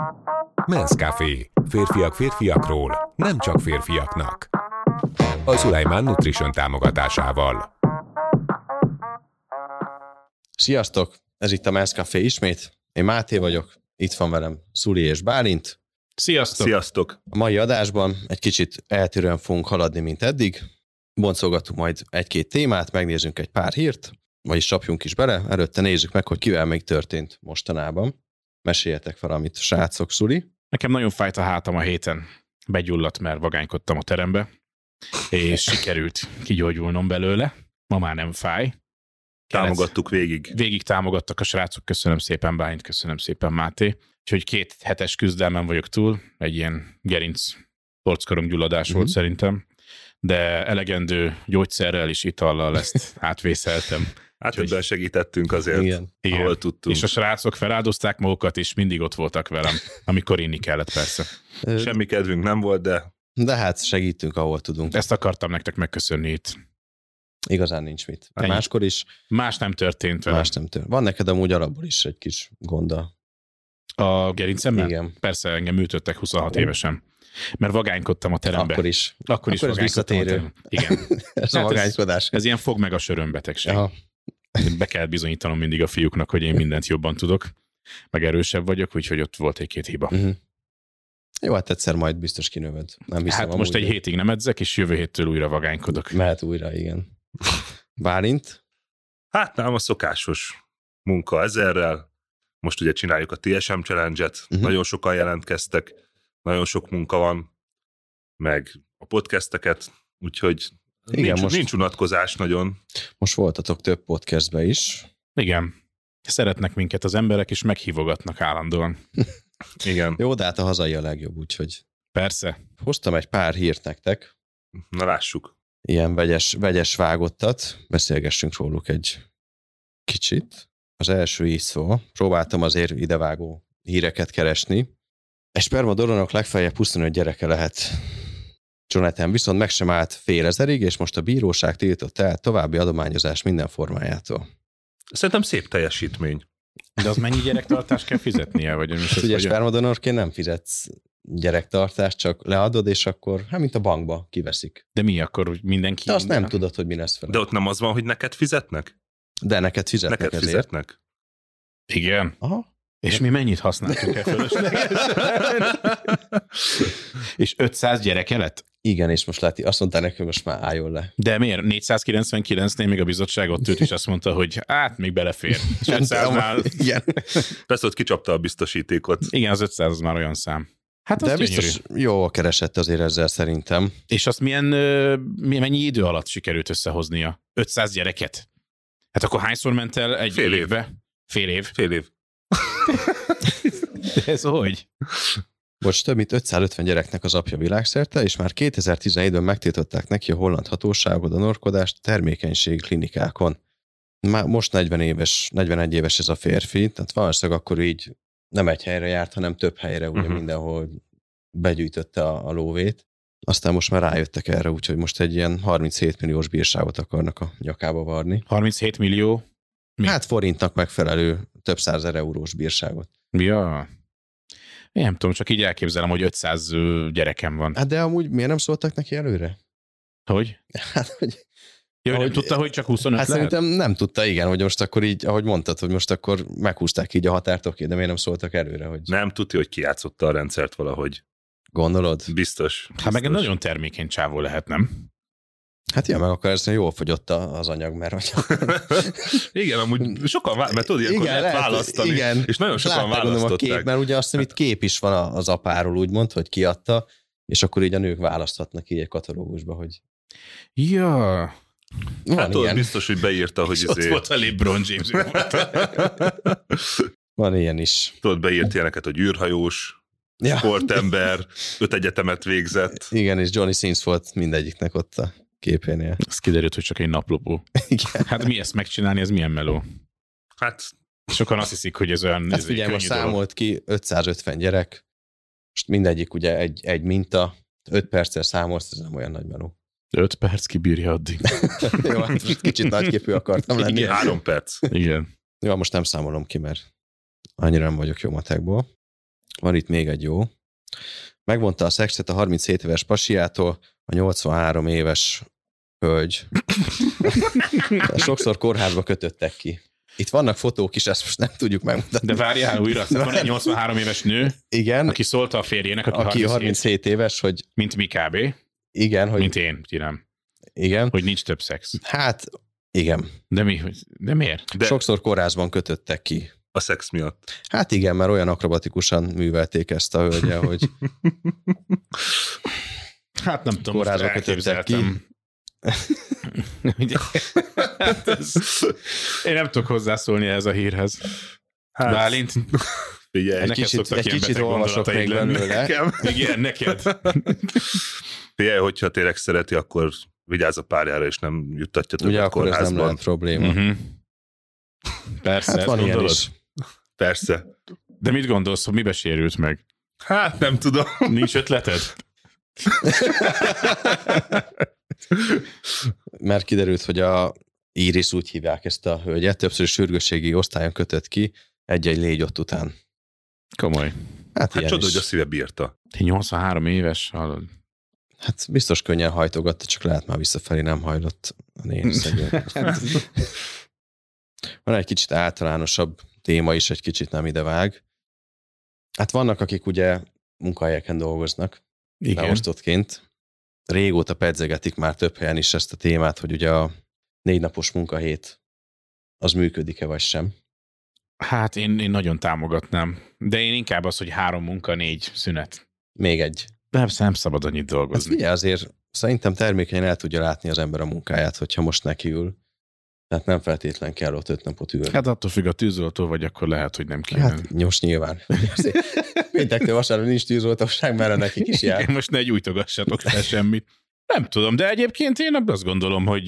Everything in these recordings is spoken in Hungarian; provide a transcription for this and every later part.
Men's Café. Férfiak férfiakról, nem csak férfiaknak. A Szulajmán Nutrition támogatásával. Sziasztok! Ez itt a Men's Café ismét. Én Máté vagyok, itt van velem Szuli és Bálint. Sziasztok! Sziasztok! A mai adásban egy kicsit eltérően fogunk haladni, mint eddig. Boncolgatunk majd egy-két témát, megnézzünk egy pár hírt, vagyis csapjunk is bele. Előtte nézzük meg, hogy kivel még történt mostanában. Meséljetek valamit, srácok. Szuli? Nekem nagyon fájt a hátam a héten. Begyulladt, mert vagánykodtam a terembe, és sikerült kigyógyulnom belőle. Ma már nem fáj. Támogattuk végig. Végig támogattak a srácok. Köszönöm szépen, Bálint, köszönöm szépen, Máté. Úgyhogy 2 hetes küzdelmen vagyok túl. Egy ilyen gerinc torckoromgyulladás volt szerintem. De elegendő gyógyszerrel és itallal ezt átvészeltem. Hát ebben segítettünk azért, Igen. ahol tudtunk. És a srácok feláldozták magukat, és mindig ott voltak velem, amikor inni kellett, persze. Semmi kedvünk nem volt, De hát segítünk, ahol tudunk. Ezt akartam nektek megköszönni itt. Igazán nincs mit. Ennyi. Máskor is. Más nem történt velem. Más nem történt. Van neked amúgy alapból is egy kis gonda. A gerincemmel? Igen. Persze, engem műtöttek 26 évesen. Mert vagánykodtam a terembe. Akkor is. Akkor is ez visszatérő. Igen. Ez a Hát magánykodás. Ez ilyen fog meg a sörömbetegség. Aha. Be kell bizonyítanom mindig a fiúknak, hogy én mindent jobban tudok, meg erősebb vagyok, úgyhogy ott volt egy-két hiba. Jó, hát egyszer majd biztos kinövöd. Nem hiszem, Hát most egy hétig nem edzek, és jövő héttől újra vagánykodok. Mehet újra, igen. Bálint? hát nem a szokásos munka ezerrel. Most ugye csináljuk a TSM Challenge-et, nagyon sokan jelentkeztek, nagyon sok munka van, meg a podcasteket, úgyhogy Igen, nincs unatkozás nagyon. Most voltatok több podcastbe is. Igen. Szeretnek minket az emberek, és meghívogatnak állandóan. Igen. Jó, de hát a hazai a legjobb, úgyhogy Persze. hoztam egy pár hírt nektek. Na lássuk. Ilyen vegyes vágottat. Beszélgessünk róluk egy kicsit. Az első így szól. Próbáltam azért idevágó híreket keresni. Egy spermadonornak legfeljebb 25 gyereke lehet. Jonathan viszont meg sem állt fél ezerig, és most a bíróság tiltott el további adományozás minden formájától. Szerintem szép teljesítmény. De az mennyi gyerektartást kell fizetnie? Vagy most Ugye spermadonorként nem fizetsz gyerektartást, csak leadod, és akkor, hát mint a bankba kiveszik. De mi akkor, hogy mindenki... De azt nem tudod, hogy mi lesz vele. De ott nem az van, hogy neked fizetnek? De neked fizetnek Neked ezért. fizetnek. Igen. Aha. És mi mennyit használtunk el fölöslegesen? És 500 gyereke lett? Igen, és most látni, azt mondta nekem, most már álljon le. De miért? 499-nél még a bizottság ott ült, és azt mondta, hogy hát még belefér. És 500-nál... Igen. Persze ott kicsapta a biztosítékot. Igen, az 500 az már olyan szám. Hát az De gyönyörű. biztos jó a keresett azért ezzel szerintem. És azt mennyi idő alatt sikerült összehoznia? 500 gyereket? Hát akkor hányszor ment el egy Fél év. évbe? Fél év? Fél év. De ez hogy? Most több mint 550 gyereknek az apja világszerte, és már 2017-ben megtiltották neki a holland hatóságok a donorkodást termékenység klinikákon. Már most 41 éves ez a férfi, tehát valószínűleg akkor így nem egy helyre járt, hanem több helyre, ugye mindenhol begyűjtötte a lóvét. Aztán most már rájöttek erre, úgyhogy most egy ilyen 37 milliós bírságot akarnak a nyakába varni. 37 millió? Mi? Hát forintnak megfelelő több 100 000 eurós bírságot. Ja. Én nem tudom, csak így elképzelem, hogy 500 gyerekem van. Hát de amúgy miért nem szóltak neki előre? Hogy? Hát, hogy... Ja, nem tudta, hogy csak 25 Hát lehet? szerintem nem tudta, igen, hogy most akkor így, ahogy mondtad, hogy most akkor meghúzták így a határt, oké, de miért nem szóltak előre, hogy Nem tudja, hogy kijátszotta a rendszert valahogy. gondolod? Biztos. Hát meg nagyon termékeny csávó lehet, nem? Hát igen, meg akkor ez jól fogyott az anyag, mert hogy... Igen, amúgy sokan, mert tudod, ilyenkor lehet választani, igen. és nagyon sokan Látták, gondolom, a választották. kép, mert ugye azt hiszem, itt kép is van az apáról, úgymond, hogy kiadta, és akkor így a nők választhatnak így egy katalógusba, hogy Ja. van Hát tudod, ilyen. biztos, hogy beírta, hogy Ott volt a LeBron James. Van ilyen is. tudod, beírt ilyeneket, hogy űrhajós, Ja. sportember, 5 egyetemet végzett. Igen, és Johnny Sins volt mindegyiknek ott a képénél. Az kiderült, hogy csak egy naplopó. Igen. Hát mi ezt megcsinálni, ez milyen meló? Hát Sokan azt hiszik, hogy ez olyan Hát figyelj, most könnyű dolog. számolt ki 550 gyerek, most mindegyik ugye egy minta, 5 perccel számolsz, ez nem olyan nagy meló. 5 perc kibírja addig. Jó, hát most kicsit nagyképű akartam lenni. Igen. 3 perc. Igen. Jó, most nem számolom ki, mert annyira nem vagyok jó matekból. Van itt még egy jó. Megmondta a szexet a 37 éves pasiától a 83 éves hölgy. Sokszor kórházba kötöttek ki. Itt vannak fotók is, ezt most nem tudjuk megmutatni. De várjál újra, van egy 83 éves nő, igen, aki szólta a férjének, aki 37 éves, hogy... Mint mi kb. Igen, hogy... Mint én, ti nem. Igen. Hogy nincs több szex. Hát, igen. De miért? De sokszor kórházban kötöttek ki. A szex miatt. Hát igen, mert olyan akrobatikusan művelték ezt a hölgyel, hogy... Hát nem tudom, kórházba kötöttek ki. Én nem tudok hozzászólni ehhez a hírhez. Hát, Bálint? Figyelj, egy kicsit olvasok még belőle. Igen, neked. Figyelj, hogyha tényleg szereti, akkor vigyázz a párjára, és nem juttatja többet ugye, akkor kórházban. ez nem lehet probléma. Uh-huh. Persze, hát van ilyen is. Persze. De mit gondolsz, hogy mibe sérült meg? Hát nem tudom. Nincs ötleted? Mert kiderült, hogy a Iris, úgy hívják ezt a hölgyet, többször sürgősségi osztályon kötött ki egy-egy légyott után. Komoly. Hát csoda, hogy a szíve bírta. Te 83 éves, hallod? Hát biztos könnyen hajtogatta, csak lehet már visszafelé nem hajlott a néni szegény. Van egy kicsit általánosabb téma is, egy kicsit nem idevág. Hát vannak, akik ugye munkahelyeken dolgoznak, beosztottként. Régóta pedzegetik már több helyen is ezt a témát, hogy ugye a 4 napos munkahét az működik-e vagy sem. Hát én nagyon támogatnám. De én inkább az, hogy 3 munka, 4 szünet. Még egy. Persze nem szabad annyit dolgozni. Hát figyelj, azért szerintem termékenyen el tudja látni az ember a munkáját, hogyha most nekiül. Tehát nem feltétlen kell ott 5 napot ülni. Hát attól függ, a tűzoltó vagy, akkor lehet, hogy nem kéne. Hát most nyilván. Péntektől vasárnap nincs tűzoltóság, mert nekik is jár. Most ne gyújtogassatok fel semmit. Nem tudom, de egyébként én azt gondolom, hogy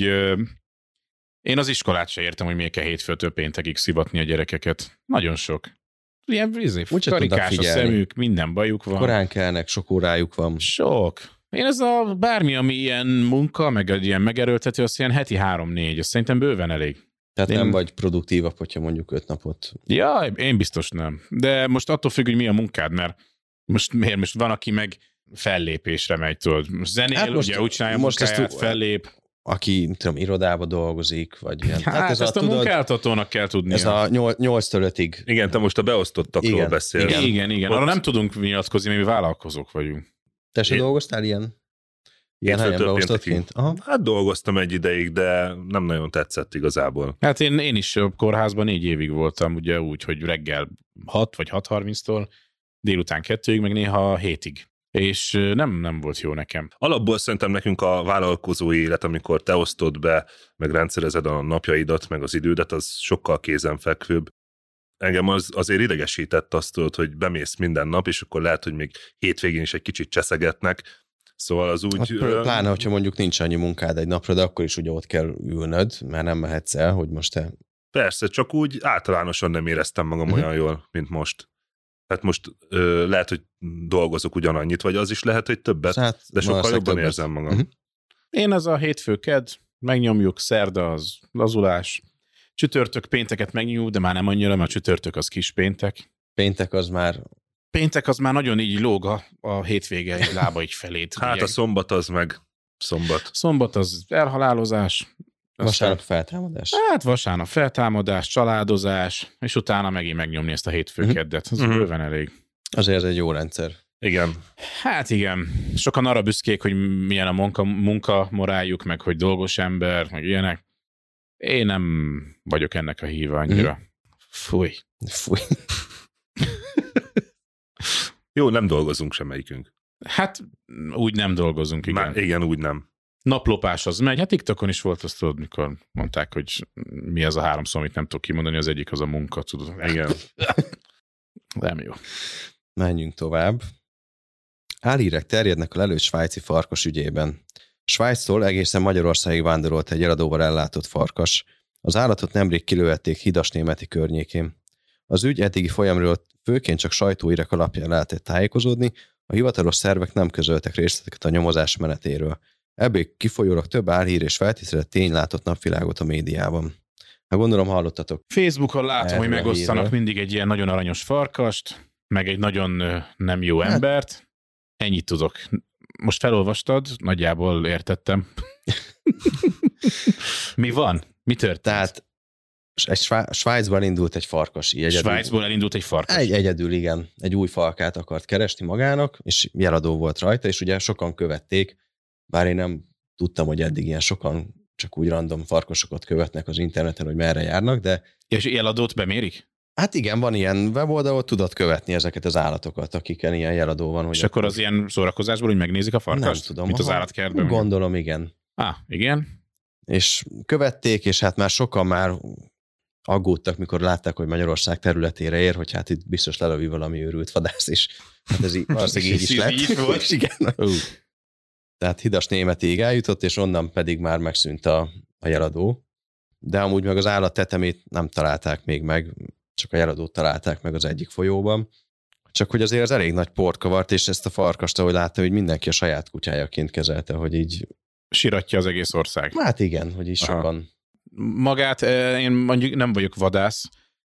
én az iskolát se értem, hogy miért kell hétfőtől péntekig szivatni a gyerekeket. Nagyon sok. Ilyen karikás a szemük, minden bajuk van. Korán kelnek, sok órájuk van. Sok. Én ez a bármi, ami ilyen munka, meg egy ilyen megerőltető, az ilyen heti 3-4, az szerintem bőven elég. Tehát nem vagy produktívabb, hogyha mondjuk 5 napot. Ja, én biztos nem. De most attól függ, hogy mi a munkád, mert most van, aki meg fellépésre megy, tudod. Zenél, hát ugye úgy csinálja most munkáját, fellép. Aki, nem tudom, irodába dolgozik, vagy ilyen. Hát ez ezt a munkáltatónak kell tudnia. Ez a 8-től 5-ig. Igen, te most a beosztottakról beszélsz. Igen. Arra nem tudunk nyilatkozni, mert mi vállalkozók vagyunk. Te se dolgoztál ilyen helyen beosztottként? Hát dolgoztam egy ideig, de nem nagyon tetszett igazából. Hát én is kórházban 4 évig voltam, ugye úgy, hogy reggel 6 vagy 6:30-tól, délután 2-ig, meg néha 7-ig. És nem volt jó nekem. Alapból szerintem nekünk a vállalkozói élet, amikor te osztod be, meg rendszerezed a napjaidat, meg az idődet, az sokkal kézenfekvőbb. Engem azért idegesített azt, hogy bemész minden nap, és akkor lehet, hogy még hétvégén is egy kicsit cseszegetnek. Szóval az úgy... Hát, pláne, hogyha mondjuk nincs annyi munkád egy napra, de akkor is ugye ott kell ülnöd, mert nem mehetsz el, hogy most te... Persze, csak úgy általánosan nem éreztem magam olyan jól, mint most. Hát most lehet, hogy dolgozok ugyanannyit, vagy az is lehet, hogy többet, de sokkal jobban érzem magam. Én az a hétfő-kedd, megnyomjuk, szerda az lazulás, csütörtök, pénteket megnyomjuk, de már nem annyira, mert a csütörtök az kis péntek. Péntek az már nagyon így lóg a hétvége egy lába így felét. Hát ugye. A szombat az meg szombat. Szombat az elhalálozás. Vasárnap feltámadás? Hát vasárnap feltámadás, családozás, és utána megint megnyomni ezt a hétfő-keddet. Az bőven elég. Azért ez egy jó rendszer. Igen. Hát igen. Sokan arra büszkék, hogy milyen a munka moráljuk, meg hogy dolgos ember, meg ilyenek. Én nem vagyok ennek a híva annyira. Fúj. Jó, nem dolgozunk semmelyikünk. Hát úgy nem dolgozunk, igen. Már igen, úgy nem. Naplopás az megy. Hát TikTokon is volt azt, tudod, mikor mondták, hogy mi az a 3 szó, amit nem tudok kimondani, az egyik az a munka, tudod. Igen. Nem jó. Menjünk tovább. Álhírek terjednek a lelőtt svájci farkas ügyében. Svájctól egészen Magyarországig vándorolt egy eladóval ellátott farkas. Az állatot nemrég kilőhették Hidasnémeti környékén. Az ügy eddigi folyamról főként csak sajtóírek alapján lehetett tájékozódni, a hivatalos szervek nem közöltek részleteket a nyomozás menetéről. Ebből kifolyólag több álhír és feltételezett tény látott napvilágot a médiában. Hát gondolom hallottatok. Facebookon látom, hogy megosztanak mindig egy ilyen nagyon aranyos farkast. meg egy nagyon nem jó embert. Ennyit tudok. Most felolvastad, nagyjából értettem. Mi van? Mi történt? Tehát Svájcban indult egy farkas. Svájcból elindult egy farkas? Egyedül, igen. Egy új falkát akart keresni magának, és jeladó volt rajta, és ugye sokan követték, bár én nem tudtam, hogy eddig ilyen sokan csak úgy random farkasokat követnek az interneten, hogy merre járnak, de... És jeladót bemérik? Hát igen, van ilyen weboldal, ahol tudod követni ezeket az állatokat, akikkel ilyen jeladó van. Hogy és akkor az ilyen szórakozásból, hogy megnézik a farkast? Nem tudom. Mint az állatkertben? Gondolom, igen. Igen. És követték, és hát már sokan már aggódtak, mikor látták, hogy Magyarország területére ér, hogy hát itt biztos lelövi valami őrült vadász is. Hát ez valószínűleg így is lett. Így volt. Igen. Tehát Hidas Németig eljutott, és onnan pedig már megszűnt a jeladó. De amúgy meg az állat tetemét nem találták még meg, csak a jeladót találták meg az egyik folyóban. Csak hogy azért az elég nagy port kavart, és ezt a farkast, ahogy látta, hogy mindenki a saját kutyájaként kezelte, hogy így... Siratja az egész ország. Hát igen, hogy is sokan... Magát, én mondjuk nem vagyok vadász,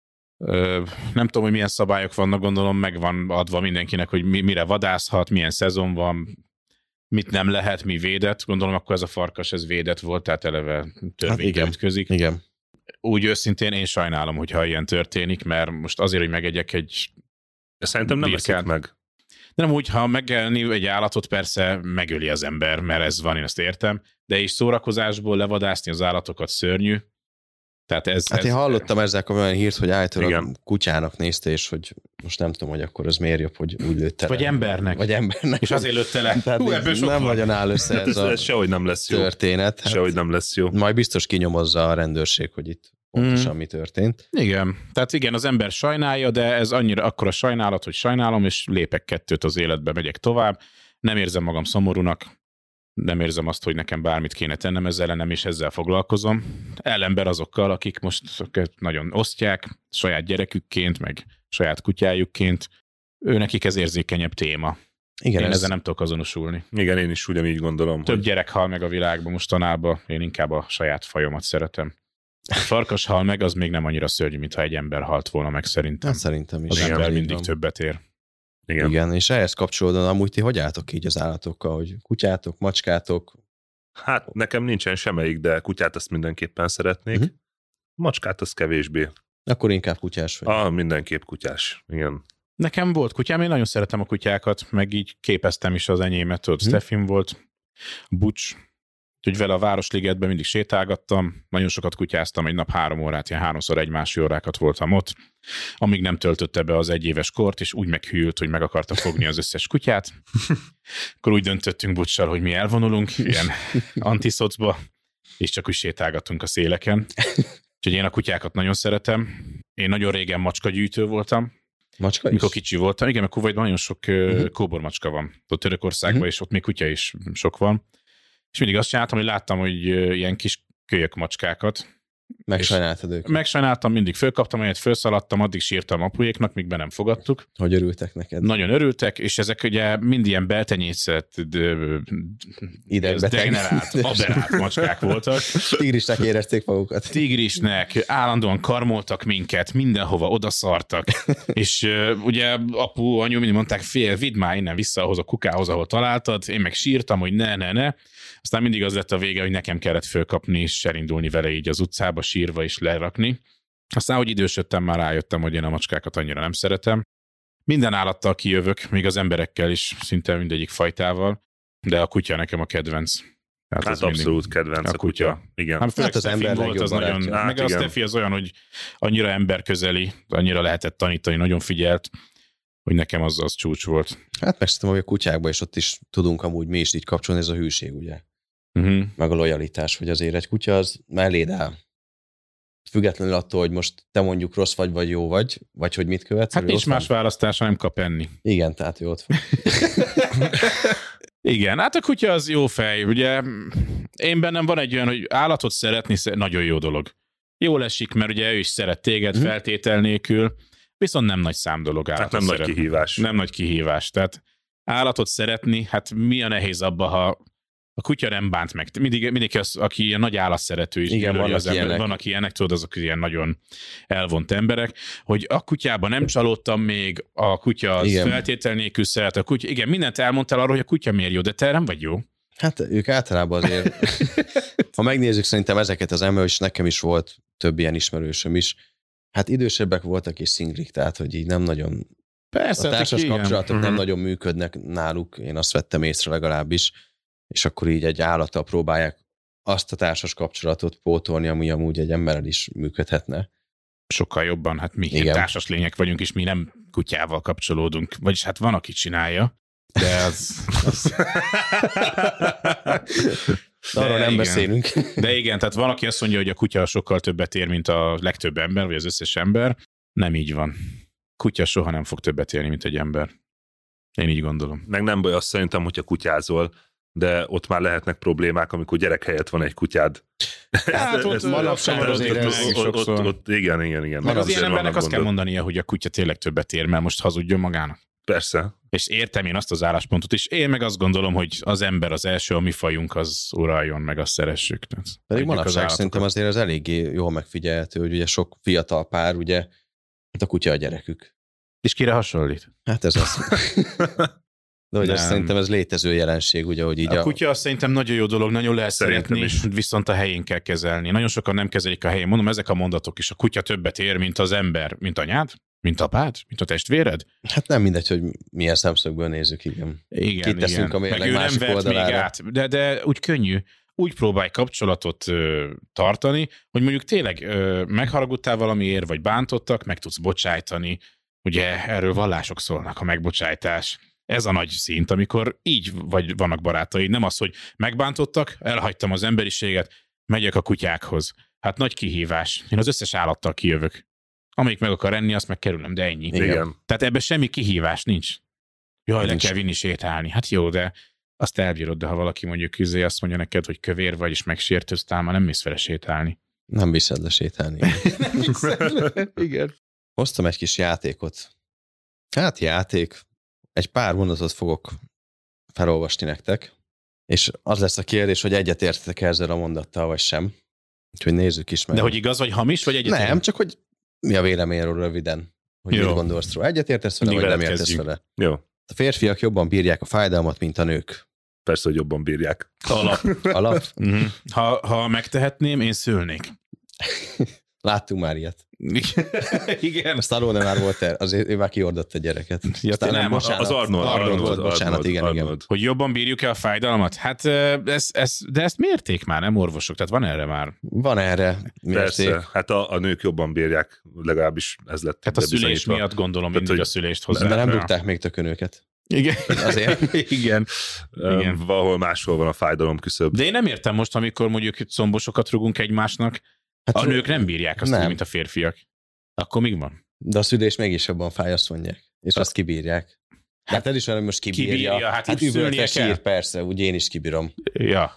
nem tudom, hogy milyen szabályok vannak, gondolom meg van adva mindenkinek, hogy mire vadászhat, milyen szezon van, mit nem lehet, mi védett. Gondolom akkor ez a farkas, ez védett volt, tehát eleve törvénybe ütközik. Igen. Úgy őszintén én sajnálom, hogyha ilyen történik, mert most azért, hogy megegyek egy szerintem nem eszik meg. De nem úgy, ha megölni egy állatot, persze megöli az ember, mert ez van, én ezt értem, de is szórakozásból levadászni az állatokat szörnyű. Tehát én hallottam ezzel olyan hírt, hogy általában a kutyának nézte, és hogy most nem tudom, hogy akkor az miért jobb, hogy úgy lőtte le. Vagy embernek. És azért lőtte le. Nem nagyon áll össze ez a sehogy nem lesz jó. Történet. Hát sehogy nem lesz jó. Majd biztos kinyomozza a rendőrség, hogy itt pontosan mi történt. Igen. Tehát igen, az ember sajnálja, de ez annyira akkora sajnálat, hogy sajnálom, és lépek 2 az életbe, megyek tovább. Nem érzem magam szomorúnak, nem érzem azt, hogy nekem bármit kéne tennem ezzel ellenem, és ezzel foglalkozom. Ellenben azokkal, akik most nagyon osztják, saját gyerekükként, meg saját kutyájukként, nekik ez érzékenyebb téma. Igen, én ezzel nem tudok azonosulni. Igen, én is ugyanígy gondolom. Több gyerek hal meg a világban mostanában, én inkább a saját fajomat szeretem. A farkas hal meg, az még nem annyira szörnyű, mintha egy ember halt volna meg szerintem. Hát szerintem is. Az ember mindig többet ér. Igen, és ehhez kapcsolódóan amúgy ti hogy álltok így az állatokkal, hogy kutyátok, macskátok? Hát nekem nincsen semmelyik, de kutyát azt mindenképpen szeretnék. Macskát azt kevésbé. Akkor inkább kutyás vagy. Mindenképp kutyás, igen. Nekem volt kutyám, én nagyon szeretem a kutyákat, meg így képeztem is az enyémet, ott Steffin volt, Bucs, úgyhogy vele a Városligetben mindig sétálgattam, nagyon sokat kutyáztam, egy nap 3 órát, ilyen 3-szor egymási órákat voltam ott, amíg nem töltötte be az 1 éves kort, és úgy meghűlt, hogy meg akarta fogni az összes kutyát. Akkor úgy döntöttünk Buccsal, hogy mi elvonulunk, ilyen antiszocba, és csak úgy sétálgattunk a széleken. Úgyhogy én a kutyákat nagyon szeretem. Én nagyon régen macskagyűjtő voltam. Macska is? Mikor kicsi voltam. Igen, mert Kuwaitban nagyon sok kóbormacska van. Ott Törökországban, és ott még kutya is sok van. És mindig azt csináltam, hogy láttam, hogy ilyen kis kölyök macskákat. Megsajnáltad őket? Megsajnáltam, mindig fölkaptam, egyet felszaladtam, addig sírtam apujéknak, míg be nem fogadtuk. Hogy örültek neked? Nagyon örültek, és ezek ugye mind ilyen beltenyészett, degenerált, aberált macskák voltak. Tigrisnek érezték magukat. Tigrisnek, állandóan karmoltak minket, mindenhova odaszartak. És ugye apu, anyu mindig mondták, vidd már innen vissza ahhoz a kukához, ahol találtad. Én meg sírtam, hogy ne. Aztán mindig az lett a vége, hogy nekem kellett fölkapni, és elindulni vele így az utcába, sírva és lerakni. Aztán, hogy idősödtem, már rájöttem, hogy én a macskákat annyira nem szeretem. Minden állattal kijövök, még az emberekkel is, szinte mindegyik fajtával, de a kutya nekem a kedvenc. Hát abszolút kedvenc a kutya. Igen. Hát az ember volt, az nagyon, meg igen. A Steffi az olyan, hogy annyira emberközeli, annyira lehetett tanítani, nagyon figyelt, hogy nekem az csúcs volt. Hát megszedtem, hogy a kutyákban, és ott is tudunk amúgy mi is így kapcsolni, ez a hűség, ugye? Meg a lojalitás, hogy azért egy kutya az melléd áll. Függetlenül attól, hogy most te mondjuk rossz vagy jó vagy hogy mit követsz. Hát nincs más választása, nem kap enni. Igen, tehát jó ott van. Igen, hát a kutya az jó fej. Ugye én bennem van egy olyan, hogy állatot szeretni nagyon jó dolog. Jól esik, mert ugye ő is szeret téged feltétel nélkül, viszont nem nagy szám dolog állatot hát nem szeretni. Nagy kihívás. Nem nagy kihívás. Tehát állatot szeretni, hát mi a nehéz abba, ha A kutya nem bánt meg. Mindenki az, aki ilyen nagy állatszerető is. Igen, vannak az ember. ilyenek. Vannak ilyenek, tudod, azok ilyen nagyon elvont emberek, hogy a kutyában nem csalódtam még, a kutya az feltétel nélkül szeret, a kutya, igen, mindent elmondtál arról, hogy a kutya miért jó, de te nem vagy jó. Hát ők általában azért, ha megnézzük szerintem ezeket az ember, és nekem is volt több ilyen ismerősöm is, hát idősebbek voltak és szinglik, tehát hogy így nem nagyon, persze, a társas kapcsolatok nem nagyon működnek náluk, én azt vettem észre legalábbis, és akkor így egy állattal próbálják azt a társas kapcsolatot pótolni, ami amúgy egy emberrel is működhetne. Sokkal jobban, hát mi társas lények vagyunk, és mi nem kutyával kapcsolódunk. Vagyis hát van, aki csinálja, de az... Arról nem beszélünk. De igen, tehát van, aki azt mondja, hogy a kutya sokkal többet ér, mint a legtöbb ember, vagy az összes ember. Nem így van. Kutya soha nem fog többet érni, mint egy ember. Én így gondolom. Meg nem baj azt szerintem, hogyha kutyázol, de ott már lehetnek problémák, amikor gyerek helyett van egy kutyád. Hát ott igen. Meg az ilyen embernek azt kell mondania, hogy a kutya tényleg többet ér, mert most hazudjon magának. Persze. És értem én azt az álláspontot is. Én meg azt gondolom, hogy az ember az első, a mi fajunk, az uraljon, meg azt szeressük. Pedig manapság szerintem azért az eléggé jól megfigyelhető, hogy ugye sok fiatal pár, ugye, hát a kutya a gyerekük. És kire hasonlít? Hát ez az. De hogy szerintem ez létező jelenség, ugye, hogy így a kutya azt szerintem nagyon jó dolog, nagyon lehet szeretni, viszont a helyén kell kezelni. Nagyon sokan nem kezelik a helyén. Mondom, ezek a mondatok is. A kutya többet ér, mint az ember, mint anyád, mint apád, mint a testvéred. Hát nem mindegy, hogy milyen szemszögből nézzük, igen. Kiteszünk a mérleg másik oldalára. De úgy könnyű. Úgy próbálj kapcsolatot tartani, hogy mondjuk tényleg megharagudtál valamiért, vagy bántottak, meg tudsz bocsájtani. Ugye erről vallások szólnak, a megbocsájtás. Ez a nagy szint, amikor így vagy vannak barátaid. Nem az, hogy megbántottak, elhagytam az emberiséget, megyek a kutyákhoz. Hát nagy kihívás. Én az összes állattal kijövök. Amelyik meg akar enni, azt megkerülöm, de ennyi. Igen. Tehát ebben semmi kihívás nincs. Jaj, le kell vinni sétálni. Hát jó, de azt elbírod, de ha valaki mondjuk azt mondja neked, hogy kövér vagy, és megsértőztál, már nem mész vele sétálni. Nem viszed le sétálni. Nem viszed le. Igen. Hoztam egy kis játékot. Hát játék. Egy pár mondatot fogok felolvasni nektek, és az lesz a kérdés, hogy egyetértetek ezzel a mondattal, vagy sem. Úgyhogy nézzük is meg. De hogy igaz, vagy hamis, vagy egyetért? Nem, csak hogy mi a véleményről röviden. Hogy mit gondolsz róla. Egyetértesz vele, vagy nem értesz vele. Jó. A férfiak jobban bírják a fájdalmat, mint a nők. Persze, hogy jobban bírják. Alap. Ha megtehetném, én szülnék. Láttunk már ilyet. Igen. A Stallone már volt azért ő már kiordott a gyereket. Ja, nem, bocsánat, az Arnold volt, bocsánat, igen. Hogy jobban bírjuk-e a fájdalmat? Hát, de ezt mérték már, nem orvosok? Tehát van erre már? Van erre mérték. Persze, hát a nők jobban bírják, legalábbis ez lett. Hát a szülés miatt gondolom mindig a szülést hozzá. De nem dugták még tökönőket. Igen. Azért. Igen. Valahol máshol van a fájdalom küszöb. De én nem értem most, amikor mondjuk combosokat rugunk egymásnak, hát a nők nem bírják azt, mint a férfiak. Akkor még van? De a szülés mégis jobban fáj, azt mondják. És azt kibírják. Hát ez is olyan, hogy most kibírja. Hát üvöltve sír, persze, úgy én is kibírom. Ja.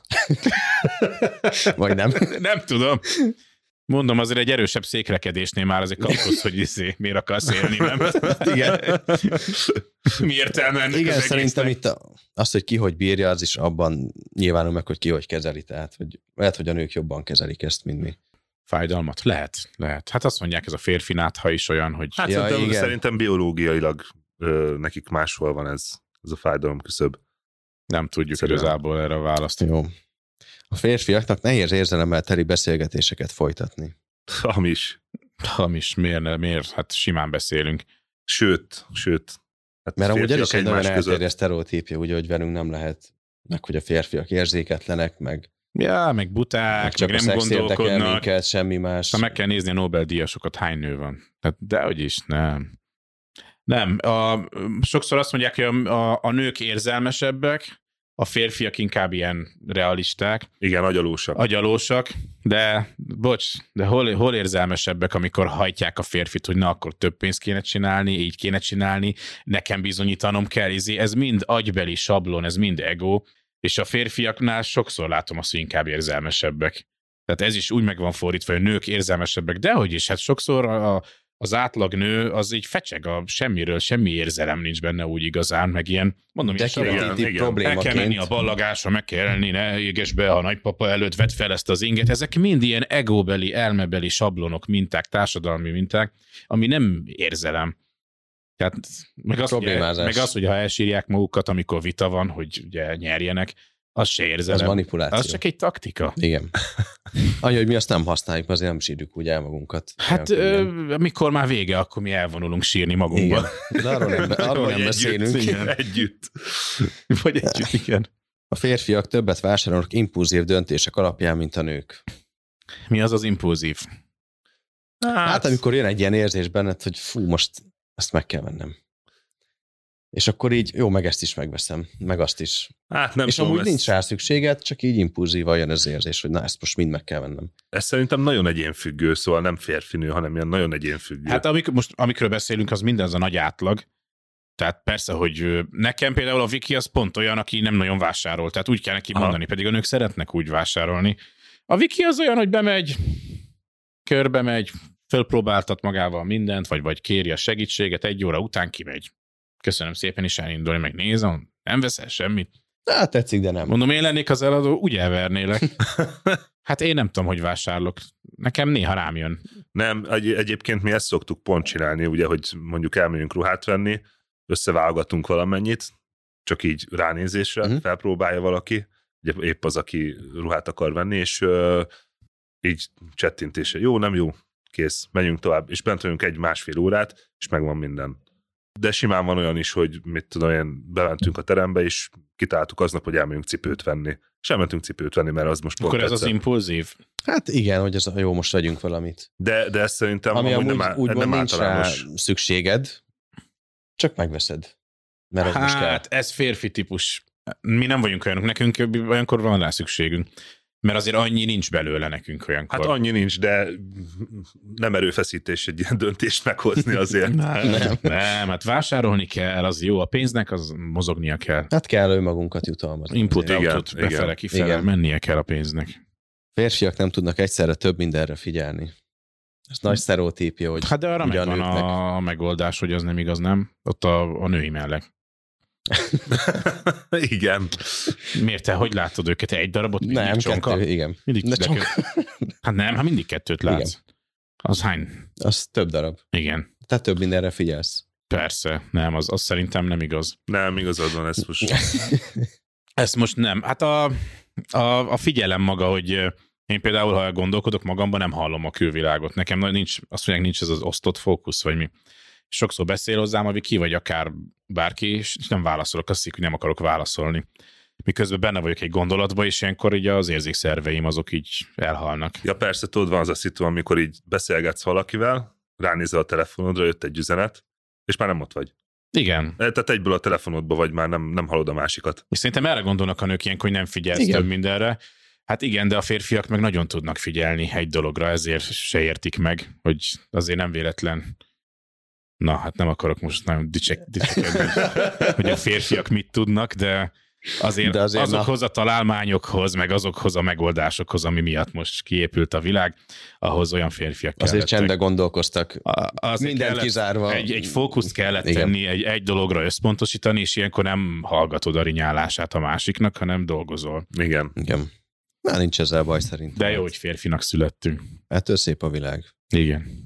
Vagy nem? Nem tudom. Mondom, azért egy erősebb székrekedésnél már azért kapsz, hogy miért akarsz élni, nem? Igen. Mi értelme ennek? Igen, szerintem itt az, hogy ki hogy bírja, az is abban nyilvánul meg, hogy ki hogy kezeli. Tehát, hogy lehet, hogy a nők jobban kezelik ezt, mint mi. Fájdalmat? Lehet. Hát azt mondják, ez a férfi nátha is olyan, hogy... Hát szerintem biológiailag nekik máshol van ez a fájdalom küszöb. Nem tudjuk igazából erre a választ. Jó. A férfiaknak nehéz érzelemmel teli beszélgetéseket folytatni. Hamis. Miért? Hát simán beszélünk. Sőt. Hát mert amúgy ez is egy nagyon elterjedt sztereotípia, ugye, hogy velünk nem lehet, meg hogy a férfiak érzéketlenek, meg... Ja, meg buták, meg nem gondolkodnak. Minket, semmi más. Ha meg kell nézni a Nobel-díjasokat, hány nő van. Hát dehogy is, nem. Nem. Sokszor azt mondják, hogy a nők érzelmesebbek, a férfiak inkább ilyen realisták. Igen, agyalósak, de hol érzelmesebbek, amikor hajtják a férfit, hogy na, akkor több pénzt kéne csinálni, így kéne csinálni, nekem bizonyítanom kell, ez mind agybeli sablon, ez mind ego, és a férfiaknál sokszor látom azt, hogy inkább érzelmesebbek. Tehát ez is úgy meg van fordítva, hogy a nők érzelmesebbek, dehogy is, hát sokszor az átlag nő az így fecseg a semmiről, semmi érzelem nincs benne úgy igazán, meg ilyen, mondom, de ilyen problémaként. El kell menni a ballagásra, meg kell jelenni, ne éges be a nagypapa előtt, vedd fel ezt az inget. Ezek mind ilyen egóbeli, elmebeli sablonok, minták, társadalmi minták, ami nem érzelem. Tehát meg az, hogy ha elsírják magukat, amikor vita van, hogy ugye nyerjenek, az se érzelem. Az manipuláció. Az csak egy taktika. Igen. Annyi, hogy mi azt nem használjuk, azért nem sírjuk úgy el magunkat. Hát mikor már vége, akkor mi elvonulunk sírni magunkban. Igen. De arról nem beszélünk. Együtt. Vagy együtt, igen. A férfiak többet vásárolnak impulzív döntések alapján, mint a nők. Mi az az impulzív? Hát amikor jön egy ilyen érzés benned, hogy fú, most ezt meg kell vennem. És akkor így, jó, meg ezt is megveszem, meg azt is. Hát nem és tudom, amúgy nincs rá szükséged, csak így impulzívan jön az érzés, hogy na, ezt most mind meg kell vennem. Ez szerintem nagyon egyénfüggő, szóval nem férfinő, hanem ilyen nagyon egyénfüggő. Hát amikről beszélünk, az minden az a nagy átlag. Tehát persze, hogy nekem például a Viki az pont olyan, aki nem nagyon vásárol. Tehát úgy kell neki mondani, pedig a nők szeretnek úgy vásárolni. A Viki az olyan, hogy bemegy, körbe megy, fölpróbáltat magával mindent, vagy kéri a segítséget, 1 óra után kimegy. Köszönöm szépen, és elindulni, meg nézem, nem veszel semmit. Hát tetszik, de nem. Mondom, én lennék az eladó, úgy elvernélek. Hát én nem tudom, hogy vásárolok. Nekem néha rám jön. Nem, egyébként mi ezt szoktuk pont csinálni, ugye, hogy mondjuk elmegyünk ruhát venni, összeválogatunk valamennyit, csak így ránézésre, felpróbálja valaki, ugye épp az, aki ruhát akar venni, és így csettintése. Jó, nem jó, kész, menjünk tovább, és bent vagyunk 1-1,5 órát, és megvan minden. De simán van olyan is, hogy mit tudom én, bementünk a terembe, és kitáltuk aznap, hogy elmegyünk cipőt venni. És elmentünk cipőt venni, mert az most pont akkor ez tetszett. az impulzív? Hát igen, hogy ez jó, most vegyünk valamit. De ez szerintem ami amúgy nem nincs általános. rá szükséged, csak megveszed. Mert az most kell. Hát ez férfi típus. Mi nem vagyunk olyanok, nekünk olyankor van rá szükségünk. Mert azért annyi nincs belőle nekünk olyankor. Hát annyi nincs, de nem erőfeszítés egy ilyen döntést meghozni azért. nem, hát vásárolni kell, az jó. A pénznek az mozognia kell. Hát kell önmagunkat jutalmazni. Input, Igen, output, befele, kifele, igen. mennie kell a pénznek. Férfiak nem tudnak egyszerre több mindenre figyelni. Ez nagy sztereotípia, hogy Hát de arra ugye a megvan nőknek. a megoldás, hogy az nem igaz, nem? Ott a női mellek. Igen. Miért te, hogy látod őket? Egy darabot? Mindig Nem, csonka? 2, igen. Mindig De de Hát nem, hát mindig 2 látsz. Igen. Az hány? Az több darab. Igen. Te több mindenre figyelsz. Persze. Nem, az szerintem nem igaz. Nem, igazad van, ez most... Ezt most nem. Hát a figyelem maga, hogy én például, ha gondolkodok magamban, nem hallom a külvilágot. Nekem nincs, azt mondják, nincs ez az osztott fókusz, vagy mi. Sokszor beszél hozzám, ami ki vagy akár bárki, és nem válaszolok, azt hiszik, hogy nem akarok válaszolni. Miközben benne vagyok egy gondolatban, és ilyenkor így az érzékszerveim azok így elhalnak. Ja persze, tudod, van az a szitu, amikor így beszélgetsz valakivel, ránézel a telefonodra, jött egy üzenet, és már nem ott vagy. Igen. Tehát egyből a telefonodba vagy, már nem hallod a másikat. És szerintem erre gondolnak a nők ilyenkor, hogy nem figyelsz több mindenre. Hát igen, de a férfiak meg nagyon tudnak figyelni egy dologra, ezért se értik meg, hogy azért nem véletlen. Na, hát nem akarok most nagyon dicsekedni, hogy a férfiak mit tudnak, de azért azokhoz a találmányokhoz, meg azokhoz a megoldásokhoz, ami miatt most kiépült a világ, ahhoz olyan férfiak kellettek. Azért csendben gondolkoztak, mindent kizárva. Egy fókuszt kellett tenni, egy dologra összpontosítani, és ilyenkor nem hallgatod a rinyálását a másiknak, hanem dolgozol. Igen. Na, nincs ezzel baj szerintem. De jó, hogy férfinak születtünk. Ettől szép a világ. Igen.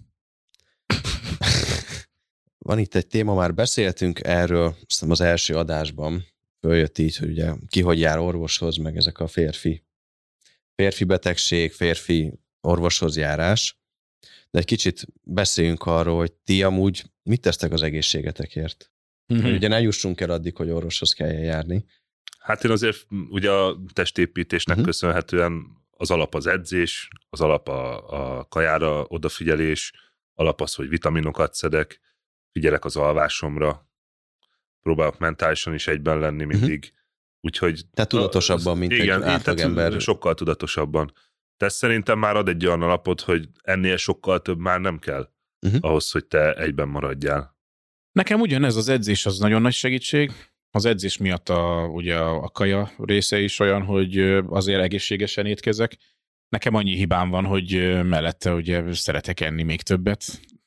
Van itt egy téma, már beszéltünk erről, aztán az első adásban följött így, hogy ugye ki hogy jár orvoshoz, meg ezek a férfi betegség, férfi orvoshoz járás. De egy kicsit beszéljünk arról, hogy ti amúgy mit tesztek az egészségetekért. Ugye ne jussunk el addig, hogy orvoshoz kelljen járni. Hát én azért ugye a testépítésnek köszönhetően az alap az edzés, az alap a kajára odafigyelés, alap az, hogy vitaminokat szedek, figyelek az alvásomra, próbálok mentálisan is egyben lenni mindig. Úgyhogy... Tehát tudatosabban, mint egy átlagember. Sokkal tudatosabban. De szerintem már ad egy olyan alapot, hogy ennél sokkal több már nem kell ahhoz, hogy te egyben maradjál. Nekem ugyanez az edzés az nagyon nagy segítség. Az edzés miatt ugye a kaja része is olyan, hogy azért egészségesen étkezek. Nekem annyi hibám van, hogy mellette ugye szeretek enni még többet.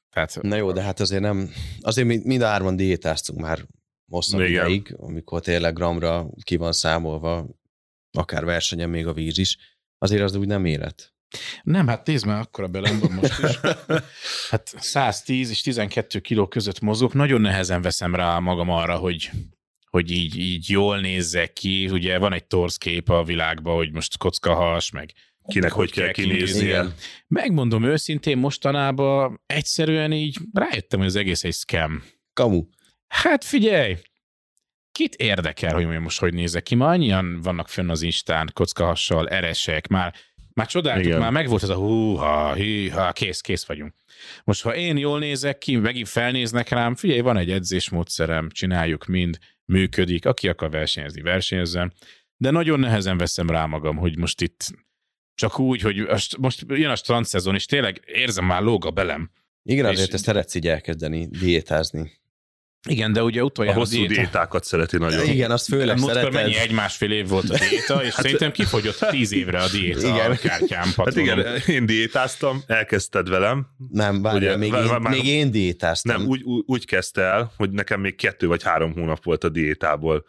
Tehát, Na jó, de hát azért nem, azért mind a hárman diétáztunk már hosszabb ideig, amikor tényleg gramra ki van számolva, akár versenyen még a víz is, azért az úgy nem élet. Nem, hát nézd már, akkora belem van most is. Hát 110 és 12 kiló között mozgok, nagyon nehezen veszem rá magam arra, hogy így jól nézzek ki. Ugye van egy torszkép a világban, hogy most kockahas, meg kinek hogy kell kinéznie. Megmondom őszintén, mostanában egyszerűen így rájöttem, hogy az egész egy scam. Kamu. Hát figyelj! Kit érdekel, hogy most hogy nézek ki? Már annyian vannak fönn az Instán, kockahassal, eresek, már csodáltuk, igen. Már megvolt ez a hűha, kész vagyunk. Most, ha én jól nézek ki, megint felnéznek rám, figyelj, van egy edzésmódszerem, csináljuk mind, működik, aki akar versenyezni, versenyezzen, de nagyon nehezen veszem rá magam, hogy most itt csak úgy, hogy most jön a strandszezon, és tényleg érzem már lóg a belem. Igen, azért te szeretsz így elkezdeni diétázni. Igen, de ugye utoljára a hosszú diétákat szereti nagyon. Igen, azt főleg szereted. Mennyi 1-1,5 év volt a diéta, és szerintem kifogyott 10 évre a diéta a kártyám, patronom. Hát igen, én diétáztam, elkezdted velem. Nem, várjál, még én diétáztam. Nem, úgy kezdte el, hogy nekem még 2 vagy 3 hónap volt a diétából.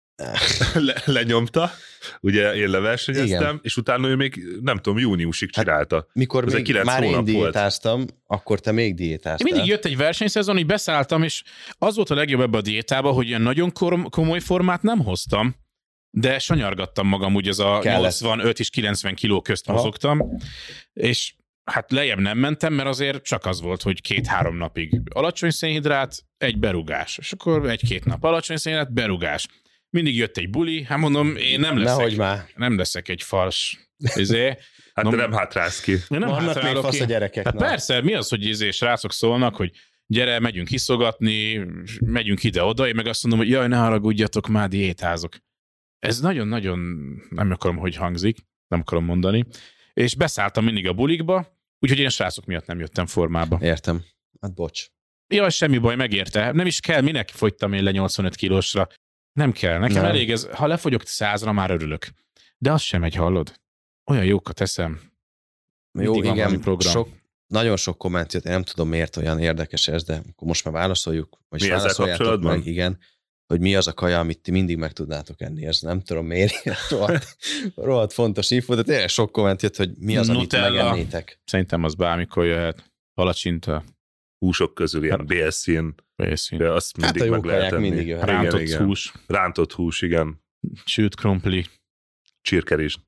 Lenyomta, ugye én leversenyeztem, igen. És utána ő még, nem tudom, júniusig csinálta. Hát, mikor még már én diétáztam, volt. Akkor te még diétáztál. Mindig jött egy versenyszezon, így beszálltam, és az volt a legjobb ebbe a diétába, hogy ilyen nagyon komoly formát nem hoztam, de sanyargattam magam, úgy ez a 85 és 90 kiló közt mozogtam, és hát lejjebb nem mentem, mert azért csak az volt, hogy 2-3 napig alacsony szénhidrát, egy berugás, és akkor 1-2 nap alacsony szénhidrát, berugás. Mindig jött egy buli, hát mondom, én nem leszek egy fals. Hát te nem hátrálsz ki. Vannak még fasz a gyerekek. Hát persze, mi az, hogy srácok szólnak, hogy gyere, megyünk iszogatni, megyünk ide-oda, én meg azt mondom, hogy jaj, ne haragudjatok, már diétázok. Ez nagyon-nagyon nem akarom, hogy hangzik, nem akarom mondani. És beszálltam mindig a bulikba, úgyhogy én a srácok miatt nem jöttem formába. Értem. Hát bocs. Jaj, semmi baj, megérte. Nem is kell, minek fogytam én le 85 kilósra. Nem kell, nekem elég ez, ha lefogyok 100-ra, már örülök. De az sem megy, hallod? Olyan jókat eszem. Jó, igen, nagyon sok komment jött, én nem tudom miért olyan érdekes ez, de akkor most már válaszoljuk. Mi ezzel kapcsolatban? Meg, igen, hogy mi az a kaja, amit ti mindig meg tudnátok enni, ez nem tudom miért, rohadt fontos info, de tényleg sok komment jött, hogy mi az, Nutella, amit megennétek. Szerintem az bármikor jöhet. Palacsinta. Húsok közül ilyen bélszín. De azt mindig hát meg lehet enni. Mindig jöhet. Rántott hús. Rántott hús, igen. Sült krumpli. Csirkerizs.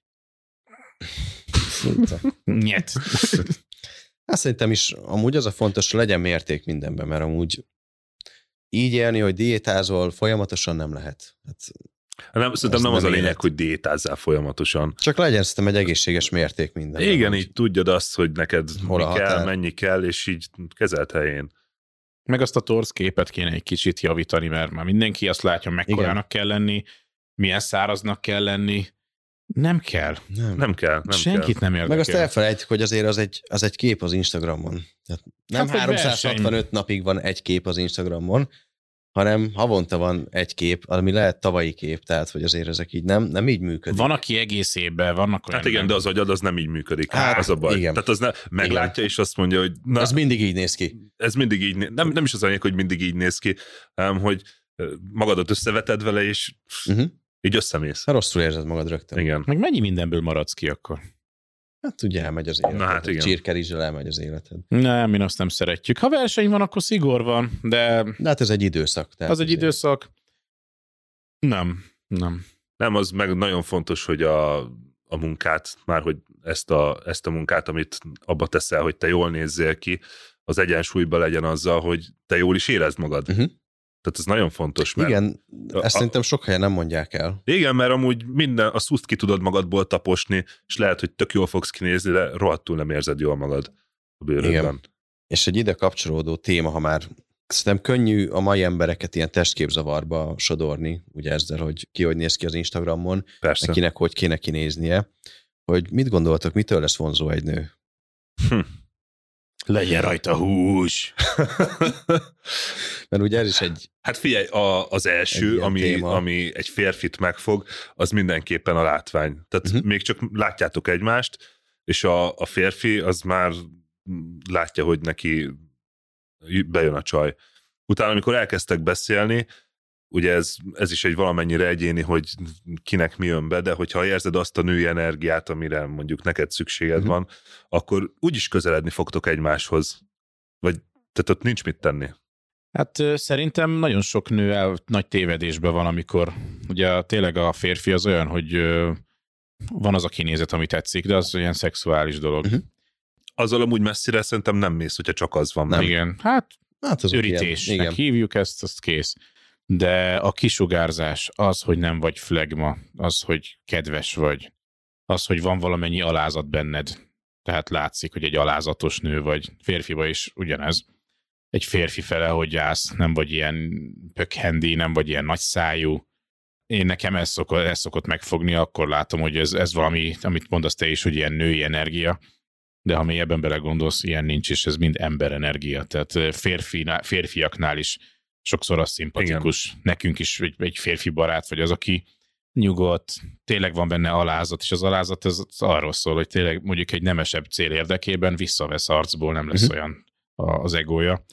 Nyet. Hát szerintem is amúgy az a fontos, hogy legyen mérték mindenben, mert amúgy így élni, hogy diétázol, folyamatosan nem lehet. Szerintem nem az a lényeg, hogy diétázzál folyamatosan. Csak legyen szerintem egy egészséges mérték mindenben. Igen, így tudjad azt, hogy neked mi kell, mennyi kell, és így kezelt helyén. Meg azt a torszképet kéne egy kicsit javítani, mert már mindenki azt látja, mekkorának kell lenni, milyen száraznak kell lenni. Nem kell. Nem kell. Senkit nem érdekel. Meg azt elfelejtjük, hogy azért az egy kép az Instagramon. Tehát nem hát 365 napig van egy kép az Instagramon, hanem havonta van egy kép, ami lehet tavalyi kép, tehát hogy azért ezek így nem így működik. Van, aki egész évben, vannak olyan... Hát igen, de az agyad az nem így működik. Hát, az a baj. Igen. Tehát az meglátja, és azt mondja, hogy... Na, ez mindig így néz ki. Ez mindig így nem is az anyag, hogy mindig így néz ki, hanem hogy magadat összeveted vele, és így összemész. Rosszul érzed magad rögtön. Igen. Meg mennyi mindenből maradsz ki akkor? Hát ugye elmegy az életed. Na hát igen. Csirkerizsel elmegy az életed. Nem, mi azt nem szeretjük. Ha verseny van, akkor szigor van, de... De hát ez egy időszak. Az egy időszak. Nem. Nem, az meg nagyon fontos, hogy a munkát, már hogy ezt a munkát, amit abba teszel, hogy te jól nézzél ki, az egyensúlyban legyen azzal, hogy te jól is érezd magad. Tehát ez nagyon fontos. Mert igen, ezt szerintem sok helyen nem mondják el. Igen, mert amúgy a szuszt ki tudod magadból taposni, és lehet, hogy tök jól fogsz kinézni, de rohadtul nem érzed jól magad a bőrödben. Igen. És egy ide kapcsolódó téma, ha már szerintem könnyű a mai embereket ilyen testképzavarba sodorni, ugye ezzel, hogy ki hogy néz ki az Instagramon, kinek hogy kéne kinéznie, hogy mit gondoltok, mitől lesz vonzó egy nő? Legyen rajta hús. Mert ugye ez is egy... Hát figyelj, az első, ami egy férfit megfog, az mindenképpen a látvány. Tehát még csak látjátok egymást, és a férfi az már látja, hogy neki bejön a csaj. Utána, amikor elkezdtek beszélni, ugye ez is egy valamennyire egyéni, hogy kinek mi jön be, de hogyha érzed azt a női energiát, amire mondjuk neked szükséged van, akkor úgyis közeledni fogtok egymáshoz. Vagy tehát ott nincs mit tenni. Hát szerintem nagyon sok nő nagy tévedésben van, amikor ugye tényleg a férfi az olyan, hogy van az a kinézet, ami tetszik, de az olyan szexuális dolog. Azzal amúgy messzire szerintem nem mész, hogyha csak az van. Nem. Igen, hát az örítésnek hívjuk ezt, azt kész. De a kisugárzás, az, hogy nem vagy flegma, az, hogy kedves vagy, az, hogy van valamennyi alázat benned, tehát látszik, hogy egy alázatos nő vagy, férfiba is ugyanez. Egy férfi fele, hogy állsz, nem vagy ilyen pökhendi, nem vagy ilyen nagyszájú. Nekem ez szokott megfogni, akkor látom, hogy ez valami, amit mondasz te is, hogy ilyen női energia, de ha mélyebben belegondolsz, ilyen nincs, és ez mind emberenergia. Tehát férfiaknál is sokszor az szimpatikus. Igen. Nekünk is egy férfi barát, vagy az, aki nyugodt, tényleg van benne alázat, és az alázat az arról szól, hogy tényleg mondjuk egy nemesebb cél érdekében visszavesz arcból, nem lesz olyan az egója.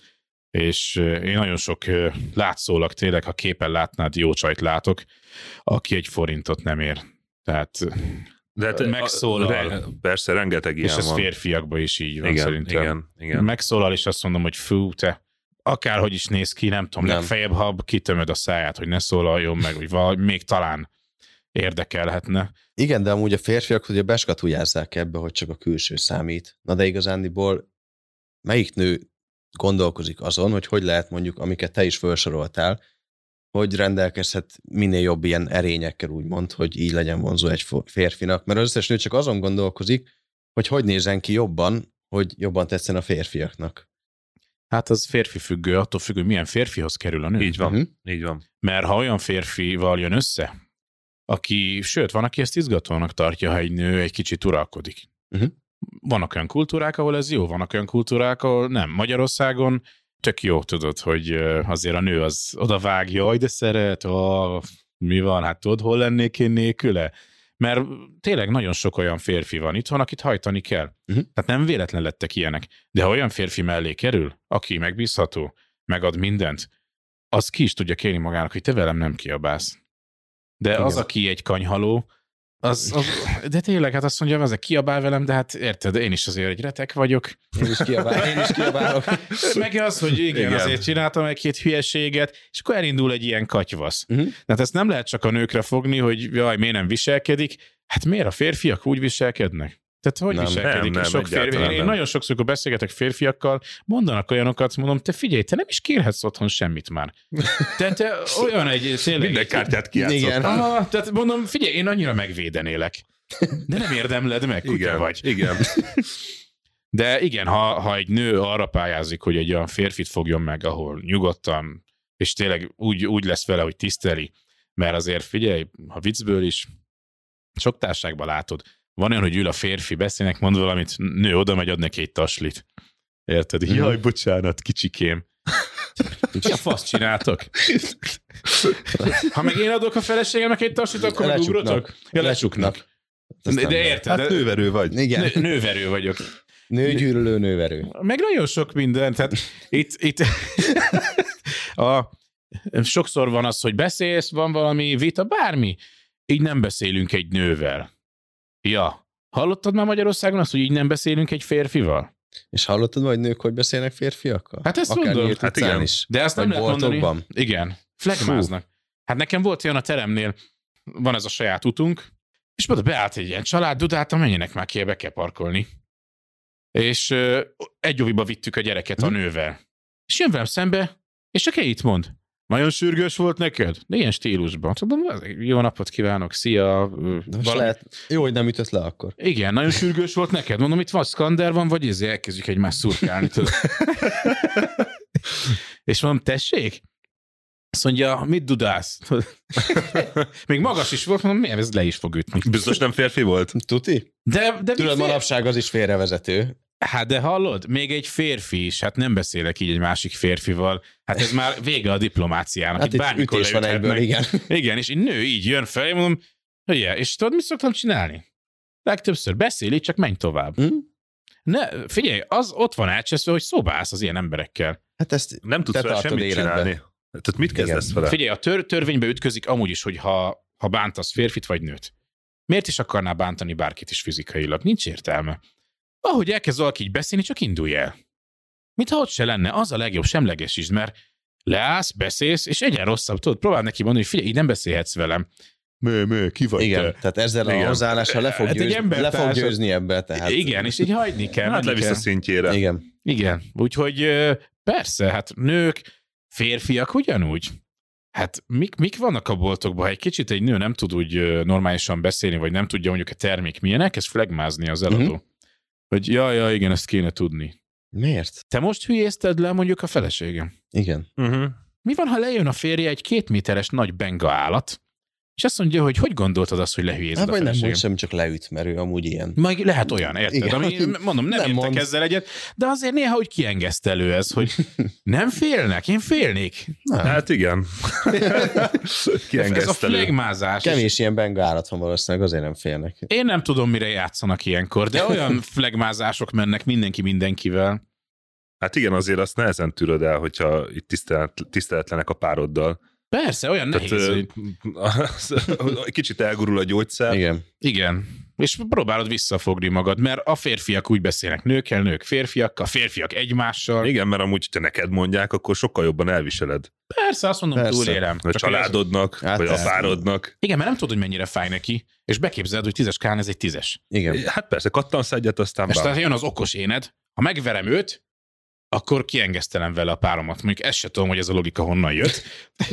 És én nagyon sok látszólag tényleg, ha képen látnád, jó csajt látok, aki egy forintot nem ér. Tehát de megszólal. Persze, rengeteg ilyen és ez van. Férfiakban is így van, igen, szerintem. Igen. Megszólal, és azt mondom, hogy fú, te akárhogy is néz ki, nem tudom, legfeljebb, ha kitömöd a száját, hogy ne szólaljon meg, hogy valahogy még talán érdekelhetne. Igen, de amúgy a férfiak ugye beskatujázzák ebbe, hogy csak a külső számít. Na de igazándiból melyik nő gondolkozik azon, hogy lehet mondjuk, amiket te is felsoroltál, hogy rendelkezhet minél jobb ilyen erényekkel, úgymond, hogy így legyen vonzó egy férfinak, mert az összes nő csak azon gondolkozik, hogy nézzen ki jobban, hogy jobban tetszen a férfiaknak. Hát az férfi függő, attól függő, hogy milyen férfihoz kerül a nő. Így van, így van. Mert ha olyan férfival jön össze, sőt, van, aki ezt izgatónak tartja, ha egy nő egy kicsit uralkodik. Vannak olyan kultúrák, ahol ez jó, vannak olyan kultúrák, ahol nem. Magyarországon tök jó, tudod, hogy azért a nő az odavág, jaj, de szeret, mi van, hát tudod, hol lennék én nélküle? Mert tényleg nagyon sok olyan férfi van itthon, akit hajtani kell. Tehát nem véletlen lettek ilyenek. De ha olyan férfi mellé kerül, aki megbízható, megad mindent, az ki is tudja kérni magának, hogy te velem nem kiabálsz. De igen. Az, aki egy kanyhaló, de tényleg, hát azt mondja, az kiabál velem, de hát érted, én is azért egy retek vagyok. Én is kiabálok. Meg az, hogy igen, azért csináltam egy-két hülyeséget, és akkor elindul egy ilyen katyvasz. Tehát ezt nem lehet csak a nőkre fogni, hogy jaj, miért nem viselkedik. Hát miért a férfiak úgy viselkednek? Tehát hogy viselkedik? Nem, sok férfi. Én nagyon sokszor, amikor beszélgetek férfiakkal, mondanak olyanokat, mondom, te figyelj, te nem is kérhetsz otthon semmit már. Te olyan egy tényleg... Minden kártyát kijátszott. Igen. Tehát mondom, figyelj, én annyira megvédenélek. De nem érdemled meg, kutya vagy. Igen. De igen, ha egy nő arra pályázik, hogy egy olyan férfit fogjon meg, ahol nyugodtan, és tényleg úgy lesz vele, hogy tiszteli, mert azért figyelj, ha viccből is, sok társaságban látod, van olyan, hogy ül a férfi, beszélnek, mond valamit, nő oda megy, ad neki egy taslit. Érted? Jaj, bocsánat, kicsikém. Mi a fasz csináltok? Ha meg én adok a feleségemnek egy taslit, akkor megugrotok? Lecsuknak. De érted? Hát nőverő vagy. Igen. Nőverő vagyok. Nőgyűlölő nőverő. Meg nagyon sok minden. Tehát itt sokszor van az, hogy beszélsz, van valami vita, bármi. Így nem beszélünk egy nővel. Ja. Hallottad már Magyarországon azt, hogy így nem beszélünk egy férfival? És hallottad majd nők, hogy beszélnek férfiakkal? Hát ezt akár mondom. Hát igen. Is. De azt nem lehet mondani. Igen. Flegmáznak. Fú. Hát nekem volt olyan a teremnél, van ez a saját utunk, és oda beállt egy ilyen család, dudáltam, menjenek már ki, be kell parkolni. És egy oviba vittük a gyereket a nővel. És jön velem szembe, és csak itt mond. Nagyon sürgős volt neked? De ilyen stílusban. Tudom, jó napot kívánok, szia. Lehet, jó, hogy nem ütött le akkor. Igen, nagyon sürgős volt neked. Mondom, itt van szkander van, vagy ezért elkezdjük egymást szurkálni. És mondom, tessék? Azt mondja, mit dudálsz? Még magas is volt, mondom, miért ez le is fog ütni. Biztos nem férfi volt? Tuti? De tudod, manapság az is félrevezető. Hát de hallod, még egy férfi is, hát nem beszélek így egy másik férfival, hát ez már vége a diplomáciának. Hát itt ütés van egyből, igen. Igen, és egy nő így jön fel, én mondom, hogy és tudod, mit szoktam csinálni? Legtöbbször beszél, csak menj tovább. Ne, figyelj, az ott van elcseszve, hogy szóba állsz az ilyen emberekkel. Hát ezt nem tudsz vele semmit csinálni. Tehát mit kezdesz vele? Figyelj, a törvénybe ütközik amúgy is, hogy ha bántasz férfit vagy nőt. Miért is akarná bántani bárkit is fizikailag? Nincs értelme. Ahogy elkezd valaki így beszélni, csak indulj el. Mintha ott se lenne, az a legjobb, semlegesítsd, mert leállsz, beszélsz, és egyen rosszabb, tudod, próbáld neki mondani, hogy figyelj, így nem beszélhetsz velem. Ki vagy igen, te? Tehát ezzel a hozzáállással le fog győzni ebbe. Tehát... Igen, és így hagyni kell. Hát levisz a szintjére. Igen, úgyhogy persze, hát nők, férfiak ugyanúgy. Hát mik vannak a boltokban? Ha egy kicsit egy nő nem tud úgy normálisan beszélni, vagy nem tudja mondjuk a termék milyen, elkezd flegmázni az eladó. Hogy ja, igen, ezt kéne tudni. Miért? Te most hülyézted le mondjuk a feleségem. Igen. Mi van, ha lejön a férje egy 2 méteres nagy benga állat, és azt mondja, hogy gondoltad azt, hogy lehülyézed a feleségem? Nem mond sem, csak leüt, mert ő amúgy ilyen. Majd lehet olyan, érted? Igen, ami, mondom, nem értek ezzel egyet, de azért néha úgy kiengesztelő ez, hogy nem félnek, én félnék. Nem. Hát igen. Ez a flegmázás. Kevés ilyen benga állat van valószínűleg, azért nem félnek. Én nem tudom, mire játszanak ilyenkor, de olyan flegmázások mennek mindenkivel. Hát igen, azért azt nehezen tűröd el, hogyha itt tiszteletlenek a pároddal. Persze, olyan nehéz. Kicsit elgurul a gyógyszer. Igen. És próbálod visszafogni magad, mert a férfiak úgy beszélnek nőkkel, nők férfiakkal, férfiak egymással. Igen, mert amúgy, ha neked mondják, akkor sokkal jobban elviseled. Persze, azt mondom, túlélem. A családodnak, vagy a párodnak. Igen, mert nem tudod, hogy mennyire fáj neki, és beképzeled, hogy 10-es skálán ez egy 10-es. Igen. Hát persze, kattansz egyet, aztán és tehát jön az okos éned, ha megverem őt, akkor kiengesztelem vele a páromat. Mondjuk ezt se tudom, hogy ez a logika honnan jött.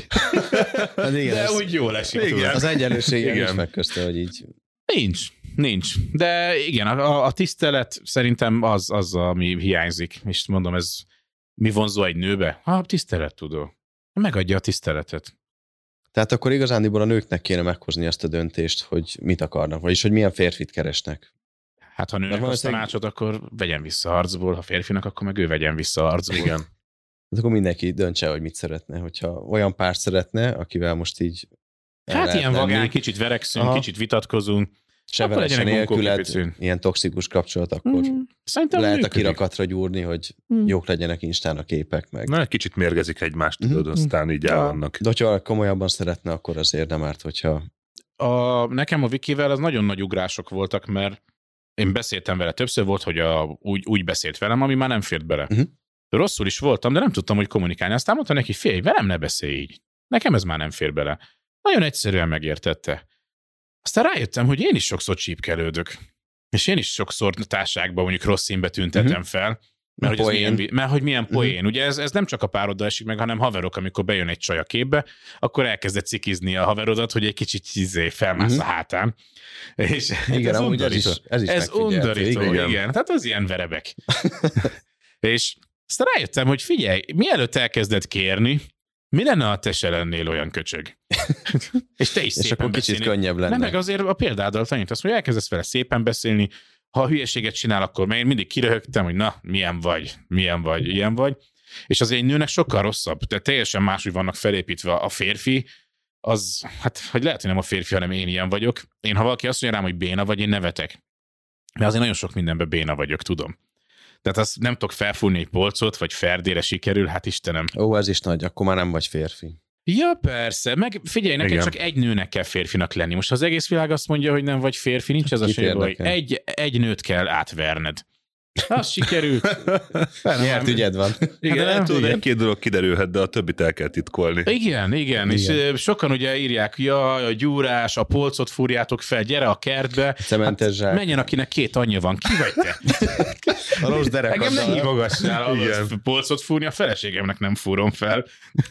De úgy jól esik. Igen. Az egyenlőség is megközte, hogy így... Nincs. De igen, a tisztelet szerintem az, ami hiányzik. És mondom, ez mi vonzó egy nőbe? A tisztelet, tudó. Megadja a tiszteletet. Tehát akkor igazándiból a nőknek kéne meghozni azt a döntést, hogy mit akarnak, vagyis hogy milyen férfit keresnek. Hát ha nőnek azt tanácsot, akkor vegyen vissza harcból, ha férfinak, akkor meg ő vegyen vissza harcból. Igen. Hát akkor mindenki döntse, hogy mit szeretne. Hogyha olyan párt szeretne, akivel most így... Hát ilyen vagány, kicsit verekszünk, kicsit vitatkozunk. Se veresen nélküled, ilyen toxikus kapcsolat, akkor szerintem lehet működik. A kirakatra gyúrni, hogy jók legyenek Instán a képek meg. Na, egy kicsit mérgezik egymást, tudod, aztán így elvannak. De hogyha komolyabban szeretne, akkor azért nem árt, hogyha... Nekem a Vikivel az nagyon nagy ugrások voltak, mert én beszéltem vele többször, volt, hogy úgy beszélt velem, ami már nem fért bele. Rosszul is voltam, de nem tudtam, hogy kommunikálni. Aztán mondta neki, félj, velem ne beszélj így. Nekem ez már nem fér bele. Nagyon egyszerűen megértette. Aztán rájöttem, hogy én is sokszor csípkelődök. És én is sokszor társaságban mondjuk rossz színbe tüntetem fel, mert hogy milyen poén. Ugye ez nem csak a pároddal esik meg, hanem haverok, amikor bejön egy csaj a képbe, akkor elkezded cikizni a haverodat, hogy egy kicsit felmász a hátán. És igen, ez undorító. Ez undorító, igen. Tehát az ilyen verebek. És aztán rájöttem, hogy figyelj, mielőtt elkezded kérni, mi lenne, ha te se lennél olyan köcsög? És te is szépen akkor kicsit beszélni. könnyebb lenne. Nem, meg azért a példáddal tanítasz, hogy elkezdesz vele szépen beszélni, ha hülyeséget csinál, akkor mert én mindig kiröhögtem, hogy na, milyen vagy, ilyen vagy. És azért egy nőnek sokkal rosszabb, tehát teljesen máshogy vannak felépítve a férfi, az, hát hogy lehet, hogy nem a férfi, hanem én ilyen vagyok. Én, ha valaki azt mondja rám, hogy béna vagy, én nevetek. De azért nagyon sok mindenben béna vagyok, tudom. Tehát azt nem tudok felfúrni egy polcot, vagy ferdére sikerül, hát Istenem. Ó, ez is nagy, akkor már nem vagy férfi. Ja, persze, meg figyelj, neked csak egy nőnek kell férfinak lenni. Most az egész világ azt mondja, hogy nem vagy férfi, nincs ez a semmi baj. Egy nőt kell átverned. Az sikerült. Nyert ügyed van. Igen, hát tudod, egy-két dolog kiderülhet, de a többit el kell titkolni. Igen. És sokan ugye írják, a gyúrás, a polcot fúrjátok fel, gyere a kertbe. Cementes zsák. Menjen, akinek 2 anyja van. Ki vagy te? A rossz derekaddal. Engem ne hívogassál, ahhoz polcot fúrni, a feleségemnek nem fúrom fel.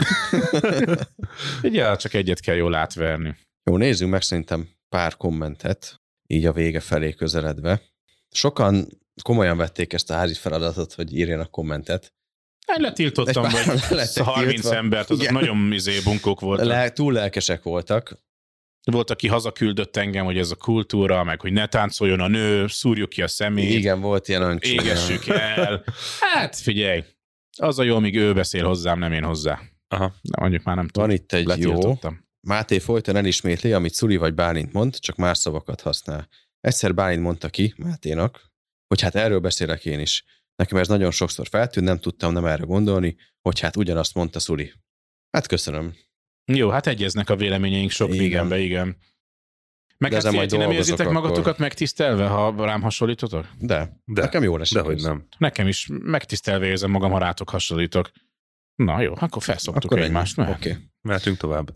Ugye, csak egyet kell jól átverni. Jó, nézzünk meg szerintem pár kommentet, így a vége felé közeledve. Sokan komolyan vették ezt a házi feladatot, hogy írjanak kommentet. Én letiltottam, vagy 30 embert, azok nagyon bunkók voltak. Túl lelkesek voltak. Volt, aki hazaküldött engem, hogy ez a kultúra, meg hogy ne táncoljon a nő, szúrjuk ki a szemét. Igen, volt ilyen öncsúly. Égessük el. Hát figyelj, az a jó, amíg ő beszél hozzám, nem én hozzá. Aha. De mondjuk már nem tudom. Van itt egy jó. Máté folyton elismétli, amit Szuli vagy Bálint mond, csak más szavakat használ. Egyszer Bálint mondta ki Máténak, hogy hát erről beszélek én is. Nekem ez nagyon sokszor feltűnt, nem tudtam nem erre gondolni, hogy hát ugyanazt mondta Szuli. Hát köszönöm. Jó, hát egyeznek a véleményeink sok végembe, igen. Meg hát majd nem érzitek akkor... magatokat megtisztelve, ha rám hasonlítotok? De. Nekem jól esik. Dehogy nem. Nekem is megtisztelve érzem magam, ha rátok hasonlítok. Na jó, akkor felszoktuk egymást. Oké. Mehetünk tovább.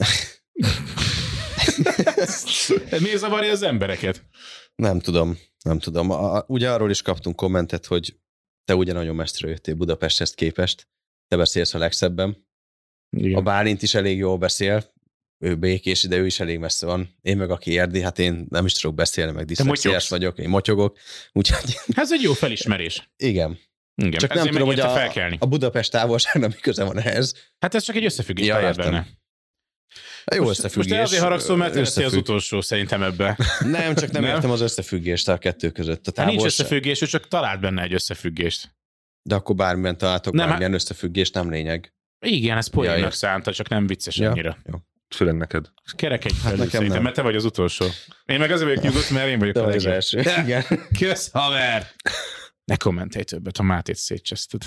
Miért zavarja az embereket? Nem tudom. Ugye arról is kaptunk kommentet, hogy te ugye nagyon messzire jöttél Budapesthez képest. Te beszélsz a legszebben. Igen. A Bálint is elég jól beszél. Ő békés, de ő is elég messze van. Én meg aki érdi, hát én nem is tudok beszélni, meg diszlexiás vagyok, én motyogok. Úgyhogy... Ez egy jó felismerés. Igen. Csak ezért nem tudom, hogy a Budapest távolságnak mi köze van ehhez. Hát ez csak egy összefüggés talált benne. Jó összefüggés. Most azért haragszol, mert te az utolsó szerintem ebbe. Nem, csak nem értem az összefüggést a kettő között. Hát nincs összefüggés, ő csak talált benne egy összefüggést. De akkor bármilyen találtok, bármilyen összefüggés, nem lényeg. Igen, ez poénnak szánta, csak nem vicces annyira. Jó. Főleg neked. Kerek egy felül szerintem, mert te vagy az utolsó. Én meg azért vagyok nyugodt, mert én vagyok a legjobb. Első. Igen. Kösz, haver! Ne kommentelj többet, a Mátét szétcseszted.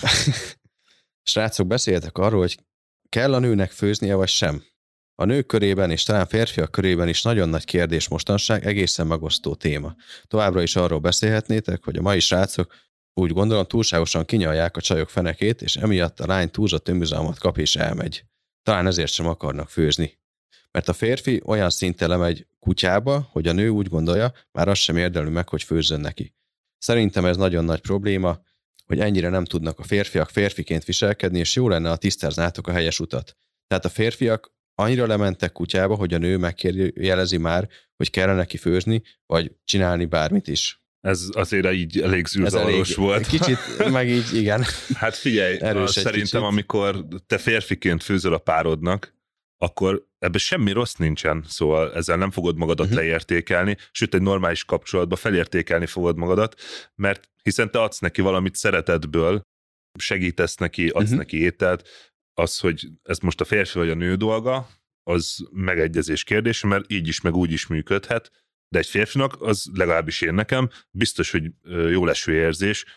Srácok, beszéltek arról, hogy kell a nőnek főznie, vagy sem? A nők körében és talán férfiak körében is nagyon nagy kérdés mostanság, egészen megosztó téma. Továbbra is arról beszélhetnétek, hogy a mai srácok úgy gondolom túlságosan kinyalják a csajok fenekét, és emiatt a lány túlzott önbizalmat kap és elmegy. Talán ezért sem akarnak főzni. Mert a férfi olyan szinten lemegy kutyába, hogy a nő úgy gondolja, már az sem érdemli meg, hogy főzzön neki. Szerintem ez nagyon nagy probléma, hogy ennyire nem tudnak a férfiak férfiként viselkedni, és jó lenne, ha tisztáznátok a helyes utat. Tehát a férfiak annyira lementek kutyába, hogy a nő megkérdőjelezi már, hogy kellene neki főzni, vagy csinálni bármit is. Ez azért így elég zűrzavaros volt. Kicsit, meg így, igen. Hát figyelj, szerintem amikor te férfiként főzöl a párodnak, akkor ebben semmi rossz nincsen, szóval ezzel nem fogod magadat leértékelni, sőt egy normális kapcsolatban felértékelni fogod magadat, mert hiszen te adsz neki valamit szeretetből, segítesz neki, adsz neki ételt, az, hogy ez most a férfi vagy a nő dolga, az megegyezés kérdése, mert így is, meg úgy is működhet, de egy férfinak, az legalábbis én nekem, biztos, hogy jó leső érzés,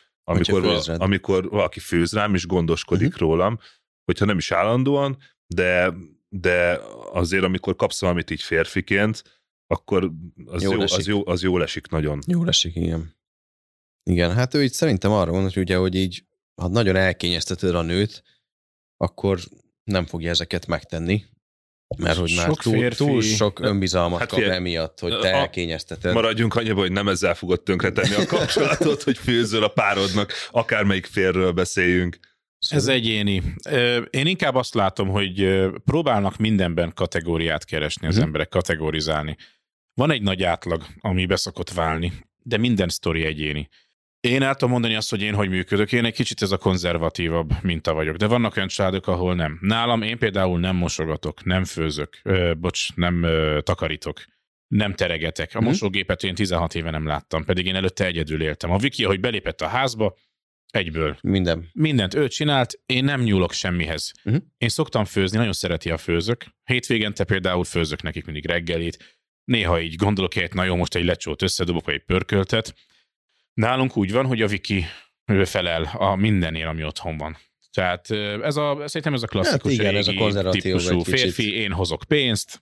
amikor valaki főz rám, és gondoskodik rólam, hogyha nem is állandóan, de azért, amikor kapsz valamit így férfiként, akkor az jól esik nagyon. Jól esik, igen. Igen, hát ő így szerintem arra van, hogy ugye, hogy így, ha nagyon elkényezteted a nőt, akkor nem fogja ezeket megtenni, mert hogy már túl sok önbizalmat kap emiatt, hogy te elkényezteted. Maradjunk annyiba, hogy nem ezzel fogod tönkretenni a kapcsolatot, hogy főzöl a párodnak, akármelyik férről beszéljünk. Ez egyéni. Én inkább azt látom, hogy próbálnak mindenben kategóriát keresni az emberek, kategorizálni. Van egy nagy átlag, ami beszokott válni, de minden sztori egyéni. Én el tudom mondani azt, hogy én hogy működök. Én egy kicsit ez a konzervatívabb minta vagyok, de vannak olyan családok, ahol nem. Nálam én például nem mosogatok, nem főzök, nem takarítok, nem teregetek. A mosógépet én 16 éve nem láttam, pedig én előtte egyedül éltem. A Viki, ahogy belépett a házba, egyből. Mindent ő csinált, én nem nyúlok semmihez. Én szoktam főzni, nagyon szereti a főzök. Hétvégente például főzök nekik mindig reggelit. Néha így gondolok, hogy na jó, most egy lecsót összedobok, vagy egy pörköltet. Nálunk úgy van, hogy a Viki felel a mindenért, ami otthon van. Tehát szerintem ez a klasszikus hát igen, ez a típusú férfi, én hozok pénzt,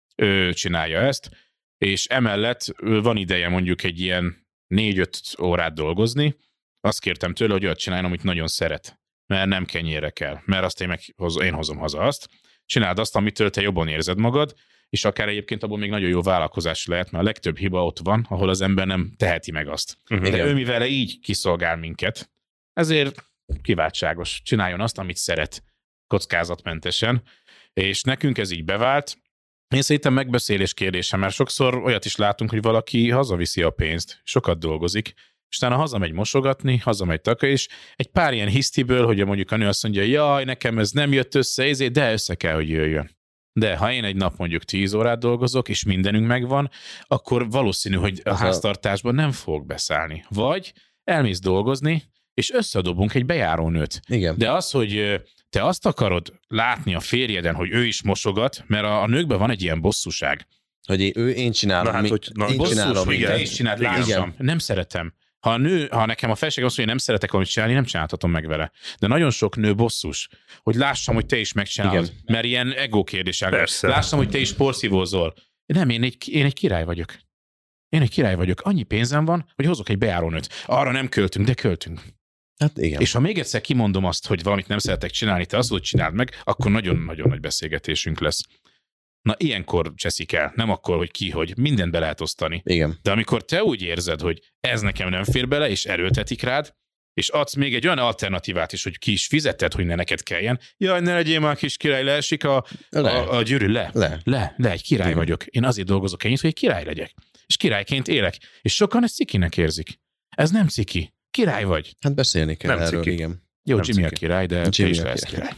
ő csinálja ezt, és emellett van ideje mondjuk egy ilyen 4-5 órát dolgozni, azt kértem tőle, hogy olyat csináljon, amit nagyon szeret, mert nem kenyérre kell, mert azt én hozom haza azt. Csináld azt, amitől te jobban érzed magad, és akár egyébként abból még nagyon jó vállalkozás lehet, mert a legtöbb hiba ott van, ahol az ember nem teheti meg azt. De ő mivel így kiszolgál minket, ezért kiváltságos. Csináljon azt, amit szeret, kockázatmentesen, és nekünk ez így bevált. Én szerintem megbeszélés kérdése, mert sokszor olyat is látunk, hogy valaki hazaviszi a pénzt, sokat dolgozik, és utána hazamegy mosogatni, hazamegy takarítani, és egy pár ilyen hisztiből, hogy mondjuk a nő azt mondja, jaj, nekem ez nem jött össze, de össze kell, hogy jöjjön. De ha én egy nap mondjuk 10 órát dolgozok, és mindenünk megvan, akkor valószínű, hogy a háztartásban nem fogok beszállni. Vagy elmész dolgozni, és összedobunk egy bejárónőt. Igen. De az, hogy te azt akarod látni a férjeden, hogy ő is mosogat, mert a nőkben van egy ilyen bosszúság. Hogy én csinálom. Te is csináld, lássam. Nem szeretem. Ha nekem a feleségem azt mondja, hogy nem szeretek valamit csinálni, nem csinálhatom meg vele. De nagyon sok nő bosszus, hogy lássam, hogy te is megcsinálod. Igen. Mert ilyen ego kérdés. Lássam, hogy te is porszívózol. Nem, én egy király vagyok. Én egy király vagyok. Annyi pénzem van, hogy hozok egy bejárónőt. Arra nem költünk, de költünk. Hát igen. És ha még egyszer kimondom azt, hogy valamit nem szeretek csinálni, te azt, hogy csináld meg, akkor nagyon-nagyon nagy beszélgetésünk lesz. Na, ilyenkor cseszik el, nem akkor, hogy ki, hogy mindent be lehet osztani. Igen. De amikor te úgy érzed, hogy ez nekem nem fér bele, és erőltetik rád, és adsz még egy olyan alternatívát is, hogy ki is fizetted, hogy ne neked kelljen. Jaj, ne legyél már kis király, leesik a gyűrű, le, egy király vagyok. Én azért dolgozok ennyit, hogy egy király legyek. És királyként élek. És sokan ezt cikinek érzik. Ez nem ciki. Király vagy. Hát beszélni kell nem erről, ciki. igen. Jó, Nem Jimmy ciki. a király, de te is lesz király.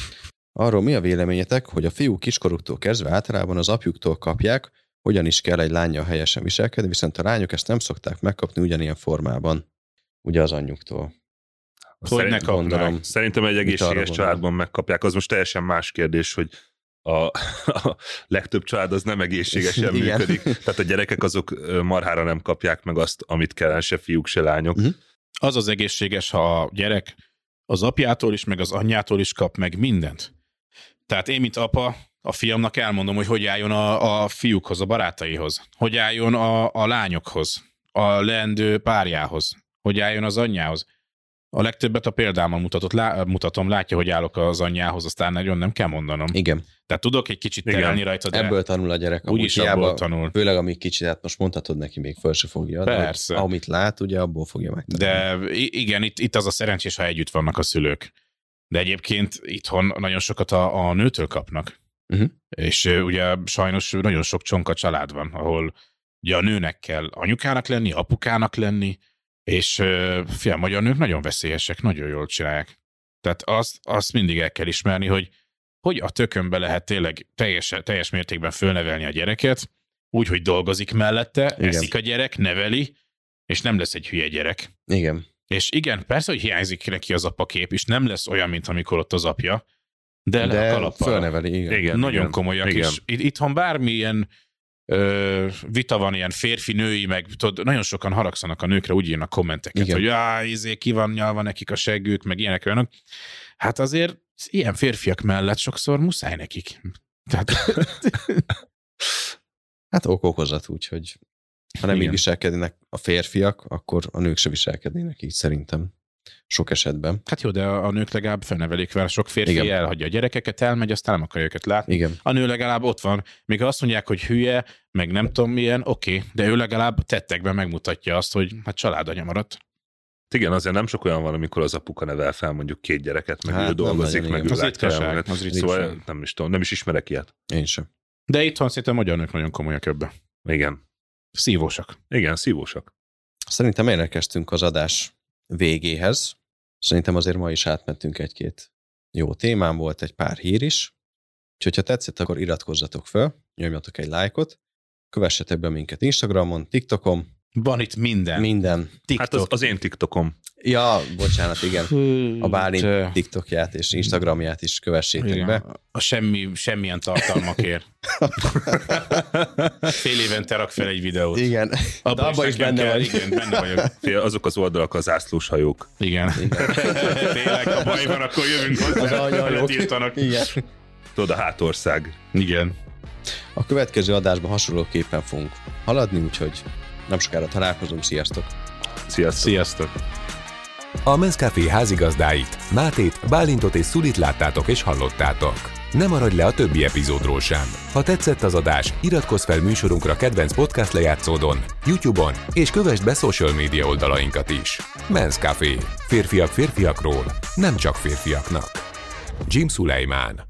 Arról mi a véleményetek, hogy a fiúk kiskoruktól kezdve általában az apjuktól kapják, hogyan is kell egy lánnyal helyesen viselkedni, viszont a lányok ezt nem szokták megkapni ugyanilyen formában. Ugye az anyjuktól. Hogy ne kapnák. Szerintem egy egészséges családban megkapják. Az most teljesen más kérdés, hogy a legtöbb család az nem egészségesen Igen. működik. Tehát a gyerekek azok marhára nem kapják meg azt, amit kellene, se fiúk, se lányok. Az az egészséges, ha a gyerek az apjától is, meg az anyjától is kap meg mindent. Tehát én, mint apa, a fiamnak elmondom, hogy álljon a fiúkhoz, a barátaihoz, hogy álljon a lányokhoz, a leendő párjához, hogy álljon az anyjához. A legtöbbet a példámmal mutatom, látja, hogy állok az anyjához, aztán nagyon nem kell mondanom. Igen. Tehát tudok egy kicsit terelni rajta, de ebből tanul a gyerek. úgyis abból tanul. Főleg amíg kicsit, hát most mondhatod neki, még föl se fogja. Persze. De amit lát, ugye abból fogja megtanulni. De igen, itt az a szerencsés, ha együtt vannak a szülők. De egyébként itthon nagyon sokat a nőtől kapnak. És ugye sajnos nagyon sok csonka család van, ahol ugye a nőnek kell anyukának lenni, apukának lenni, és magyar nők nagyon veszélyesek, nagyon jól csinálják. Tehát azt mindig el kell ismerni, hogy a tökönbe lehet tényleg teljes mértékben fölnevelni a gyereket, úgy, hogy dolgozik mellette, igen. Eszik a gyerek, neveli, és nem lesz egy hülye gyerek. Igen. És igen, persze, hogy hiányzik neki az apakép, és nem lesz olyan, mint amikor ott az apja, de le a kalappal. Fölneveli, igen. Nagyon komolyak, igen. És itthon bármilyen vita van, ilyen férfi-női, meg tudod, nagyon sokan haragszanak a nőkre, úgy írnak kommenteket, igen. Hogy ki van nyalva nekik a seggük, meg ilyenek olyanok. Hát azért ilyen férfiak mellett sokszor muszáj nekik. Tehát... Hát okozat úgy, hogy ha nem így viselkednek a férfiak, akkor a nők se viselkednének így szerintem. Sok esetben. Hát jó, de a nők legalább felnevelik vele, sok férfi igen. Elhagyja a gyerekeket, elmegy, aztán nem akarja őket látni. Igen. A nő legalább ott van. Még azt mondják, hogy hülye, meg nem tudom milyen, oké, de ő legalább tettekben megmutatja azt, hogy hát családanya maradt. Igen, azért nem sok olyan van, amikor az apuka nevel fel mondjuk 2 gyereket, meg ő dolgozik, meg ő látja. Szóval nem is tudom, nem is ismerek ilyet. Én sem. De itthon szerintem magyar nők nagyon komolyak ebbe. Igen. Szívósak. Igen, szívósak. Szerintem érkeztünk az adás végéhez. Szerintem azért ma is átmentünk 1-2 jó témán, volt egy pár hír is. Úgyhogy ha tetszett, akkor iratkozzatok fel, nyomjatok egy lájkot, kövessetek be minket Instagramon, TikTokon. Van itt minden. TikTok. Hát az én TikTokom. Ja, bocsánat, igen. A Bálint TikTokját és Instagramját is kövessétek igen. be. A semmilyen tartalmakért. Fél évente rak fel egy videót. Igen. Abban is benne vagy. Igen, benne vagyok. Azok az oldalak az zászlós hajók. Igen. Tényleg, ha baj van, akkor jövünk hozzá. Az hajók. Igen. Tudod, a hátország. Igen. A következő adásban hasonlóképpen fogunk haladni, úgyhogy nem sokára találkozunk. Sziasztok! Sziasztok! A Men's Café házigazdáit, Mátét, Bálintot és Szulit láttátok és hallottátok. Ne maradj le a többi epizódról sem. Ha tetszett az adás, iratkozz fel műsorunkra kedvenc podcast lejátszódon, YouTube-on, és kövessd be social média oldalainkat is. Men's Café. Férfiak férfiakról, nem csak férfiaknak. Jim Sulaiman.